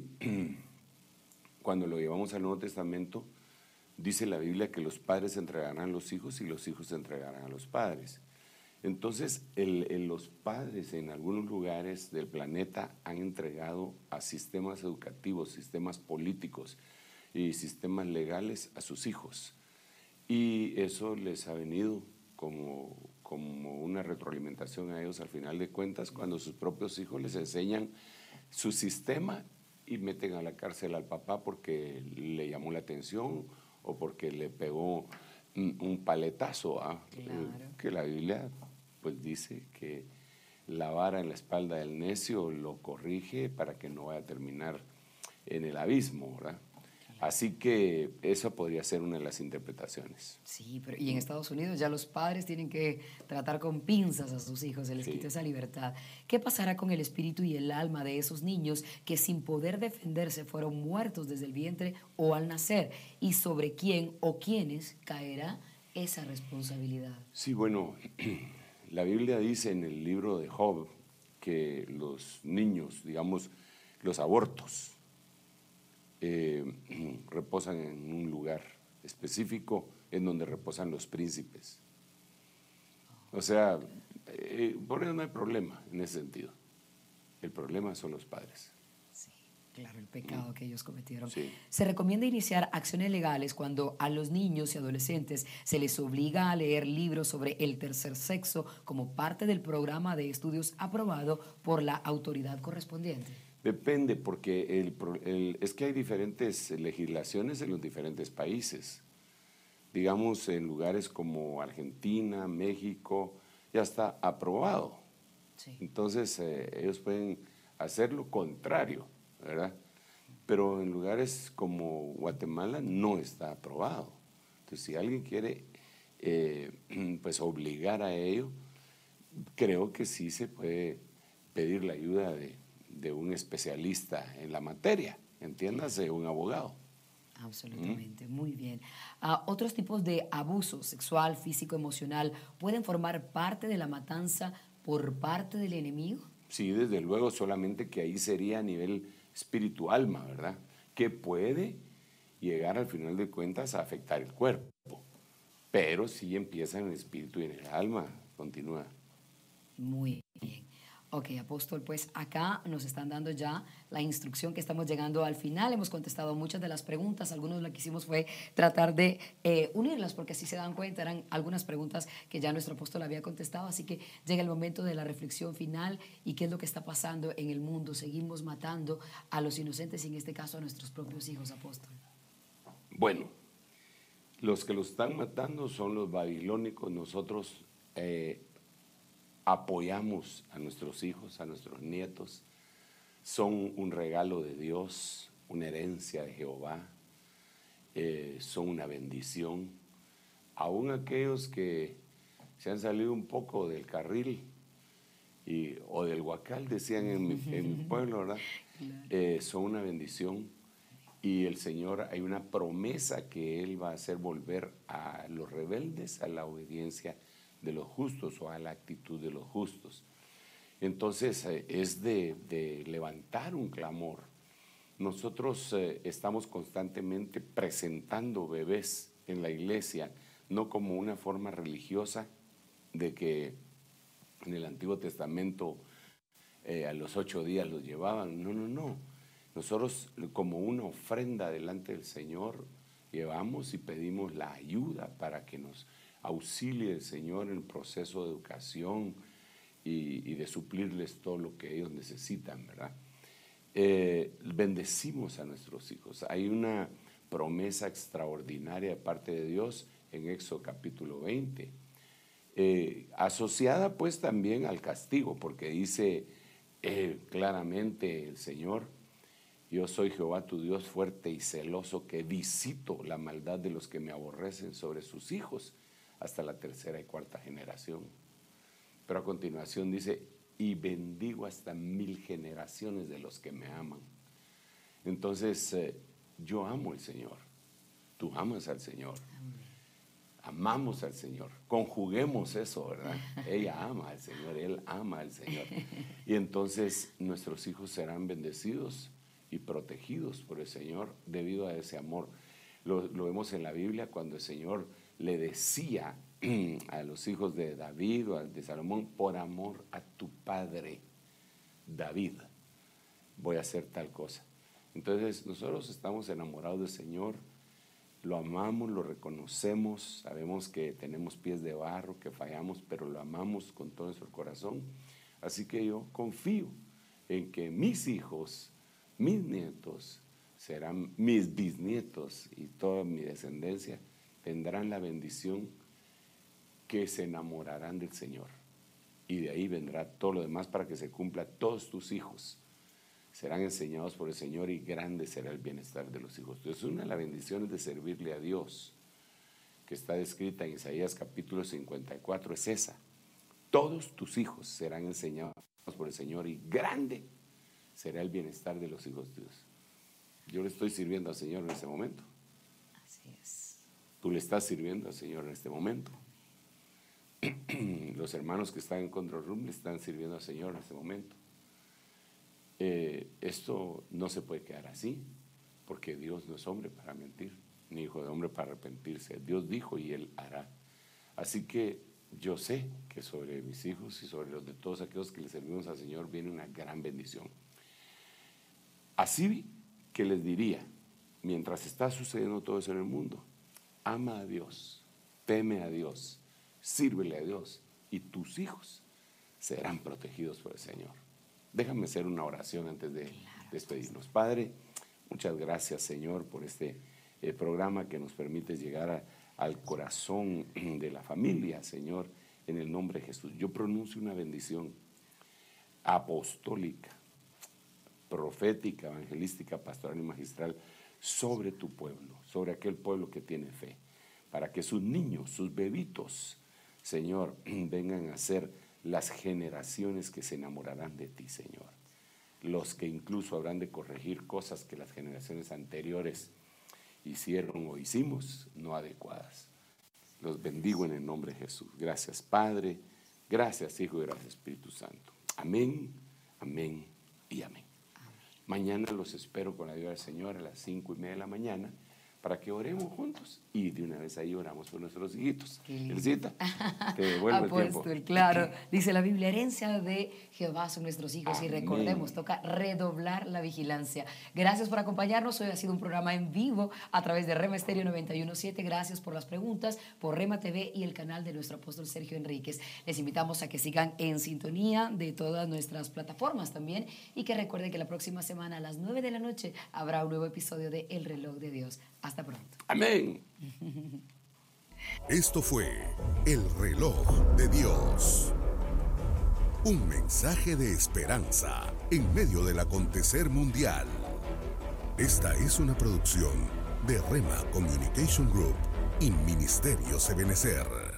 D: cuando lo llevamos al Nuevo Testamento, dice la Biblia que los padres entregarán a los hijos y los hijos entregarán a los padres. Entonces, el, el, los padres en algunos lugares del planeta han entregado a sistemas educativos, sistemas políticos y sistemas legales a sus hijos. Y eso les ha venido como, como una retroalimentación a ellos al final de cuentas, cuando sus propios hijos les enseñan su sistema y meten a la cárcel al papá porque le llamó la atención o porque le pegó un, un paletazo, ¿ah? Claro. Que la Biblia pues dice que la vara en la espalda del necio lo corrige para que no vaya a terminar en el abismo, ¿verdad? Así que eso podría ser una de las interpretaciones.
C: Sí, pero y en Estados Unidos ya los padres tienen que tratar con pinzas a sus hijos, se les
D: Sí.
C: quita esa libertad. ¿Qué pasará con el espíritu y el alma de esos niños que sin poder defenderse fueron muertos desde el vientre o al nacer? ¿Y sobre quién o quiénes caerá esa responsabilidad?
D: Sí, bueno, la Biblia dice en el libro de Job que los niños, digamos, los abortos, Eh, reposan en un lugar específico en donde reposan los príncipes. O sea, eh, por eso no hay problema en ese sentido. El problema son los padres.
C: Sí, claro, el pecado mm. que ellos cometieron.
D: Sí.
C: Se recomienda iniciar acciones legales cuando a los niños y adolescentes se les obliga a leer libros sobre el tercer sexo como parte del programa de estudios aprobado por la autoridad correspondiente.
D: Depende, porque el, el, es que hay diferentes legislaciones en los diferentes países. Digamos, en lugares como Argentina, México, ya está aprobado. Sí. Entonces, eh, ellos pueden hacer lo contrario, ¿verdad? Pero en lugares como Guatemala no está aprobado. Entonces, si alguien quiere eh, pues obligar a ello, creo que sí se puede pedir la ayuda de de un especialista en la materia, entiéndase, un abogado.
C: Absolutamente, ¿Mm? Muy bien. Uh, ¿Otros tipos de abuso sexual, físico, emocional pueden formar parte de la matanza por parte del enemigo?
D: Sí, desde luego, solamente que ahí sería a nivel espíritu-alma, ¿verdad? Que puede llegar al final de cuentas a afectar el cuerpo, pero sí empieza en el espíritu y en el alma, continúa.
C: Muy bien. Ok, apóstol, pues acá nos están dando ya la instrucción que estamos llegando al final. Hemos contestado muchas de las preguntas. Algunos lo que hicimos fue tratar de eh, unirlas, porque así se dan cuenta, eran algunas preguntas que ya nuestro apóstol había contestado. Así que llega el momento de la reflexión final y qué es lo que está pasando en el mundo. Seguimos matando a los inocentes y en este caso a nuestros propios hijos, apóstol.
D: Bueno, los que los están matando son los babilónicos. Nosotros eh, apoyamos a nuestros hijos, a nuestros nietos. Son un regalo de Dios, una herencia de Jehová, eh, son una bendición. Aún aquellos que se han salido un poco del carril y, o del huacal, decían en mi, en mi pueblo, ¿verdad? Eh, son una bendición. Y el Señor, hay una promesa que Él va a hacer volver a los rebeldes a la obediencia de los justos o a la actitud de los justos. Entonces eh, es de, de levantar un clamor. Nosotros eh, estamos constantemente presentando bebés en la iglesia, no como una forma religiosa de que en el Antiguo Testamento eh, a los ocho días los llevaban. No, no, no. Nosotros como una ofrenda delante del Señor llevamos y pedimos la ayuda para que nos auxilie el Señor en el proceso de educación y, y de suplirles todo lo que ellos necesitan, ¿verdad? Eh, bendecimos a nuestros hijos. Hay una promesa extraordinaria de parte de Dios en Éxodo capítulo veinte, eh, asociada pues también al castigo, porque dice eh, claramente el Señor: yo soy Jehová tu Dios fuerte y celoso, que visito la maldad de los que me aborrecen sobre sus hijos hasta la tercera y cuarta generación. Pero a continuación dice: y bendigo hasta mil generaciones de los que me aman. Entonces, eh, yo amo al Señor. Tú amas al Señor. Amamos al Señor. Conjuguemos eso, ¿verdad? Ella ama al Señor, Él ama al Señor. Y entonces nuestros hijos serán bendecidos y protegidos por el Señor debido a ese amor. Lo, lo vemos en la Biblia cuando el Señor le decía a los hijos de David o al de Salomón: por amor a tu padre David voy a hacer tal cosa. Entonces nosotros estamos enamorados del Señor, lo amamos, lo reconocemos, sabemos que tenemos pies de barro, que fallamos, pero lo amamos con todo nuestro corazón. Así que yo confío en que mis hijos, mis nietos, serán mis bisnietos y toda mi descendencia tendrán la bendición, que se enamorarán del Señor. y de ahí vendrá todo lo demás para que se cumpla. Todos tus hijos serán enseñados por el Señor y grande será el bienestar de los hijos. Entonces, una de las bendiciones de servirle a Dios, que está descrita en Isaías capítulo cincuenta y cuatro, es esa. Todos tus hijos serán enseñados por el Señor y grande será el bienestar de los hijos de Dios. Yo le estoy sirviendo al Señor en este momento.
C: Así es.
D: Tú le estás sirviendo al Señor en este momento. Los hermanos que están en Control Room le están sirviendo al Señor en este momento. Eh, esto no se puede quedar así, porque Dios no es hombre para mentir, ni hijo de hombre para arrepentirse. Dios dijo y Él hará. Así que yo sé que sobre mis hijos y sobre los de todos aquellos que le servimos al Señor viene una gran bendición. Así que les diría, mientras está sucediendo todo eso en el mundo, ama a Dios, teme a Dios, sírvele a Dios y tus hijos serán protegidos por el Señor. Déjame hacer una oración antes de despedirnos. Padre, muchas gracias, Señor, por este eh, programa que nos permite llegar a, al corazón de la familia, Señor, en el nombre de Jesús. Yo pronuncio una bendición apostólica, profética, evangelística, pastoral y magistral sobre tu pueblo, sobre aquel pueblo que tiene fe, para que sus niños, sus bebitos, Señor, vengan a ser las generaciones que se enamorarán de ti, Señor. Los que incluso habrán de corregir cosas que las generaciones anteriores hicieron o hicimos no adecuadas. Los bendigo en el nombre de Jesús. Gracias, Padre. Gracias, Hijo, y gracias, Espíritu Santo. Amén, amén y amén. Mañana los espero con la ayuda del Señor a las cinco y media de la mañana para que oremos juntos y de una vez ahí oramos por nuestros hijitos. Elisita, te devuelvo el tiempo.
C: Apóstol, claro. Dice la Biblia, herencia de Jehová son nuestros hijos. Amén. Y recordemos, toca redoblar la vigilancia. Gracias por acompañarnos. Hoy ha sido un programa en vivo a través de Rema Estéreo noventa y uno punto siete. Gracias por las preguntas, por Rema T V y el canal de nuestro apóstol Sergio Enríquez. Les invitamos a que sigan en sintonía de todas nuestras plataformas también y que recuerden que la próxima semana a las nueve de la noche habrá un nuevo episodio de El Reloj de Dios. Hasta pronto.
D: Amén.
A: Esto fue El Reloj de Dios. Un mensaje de esperanza en medio del acontecer mundial. Esta es una producción de Rema Communication Group y Ministerios Ebenezer.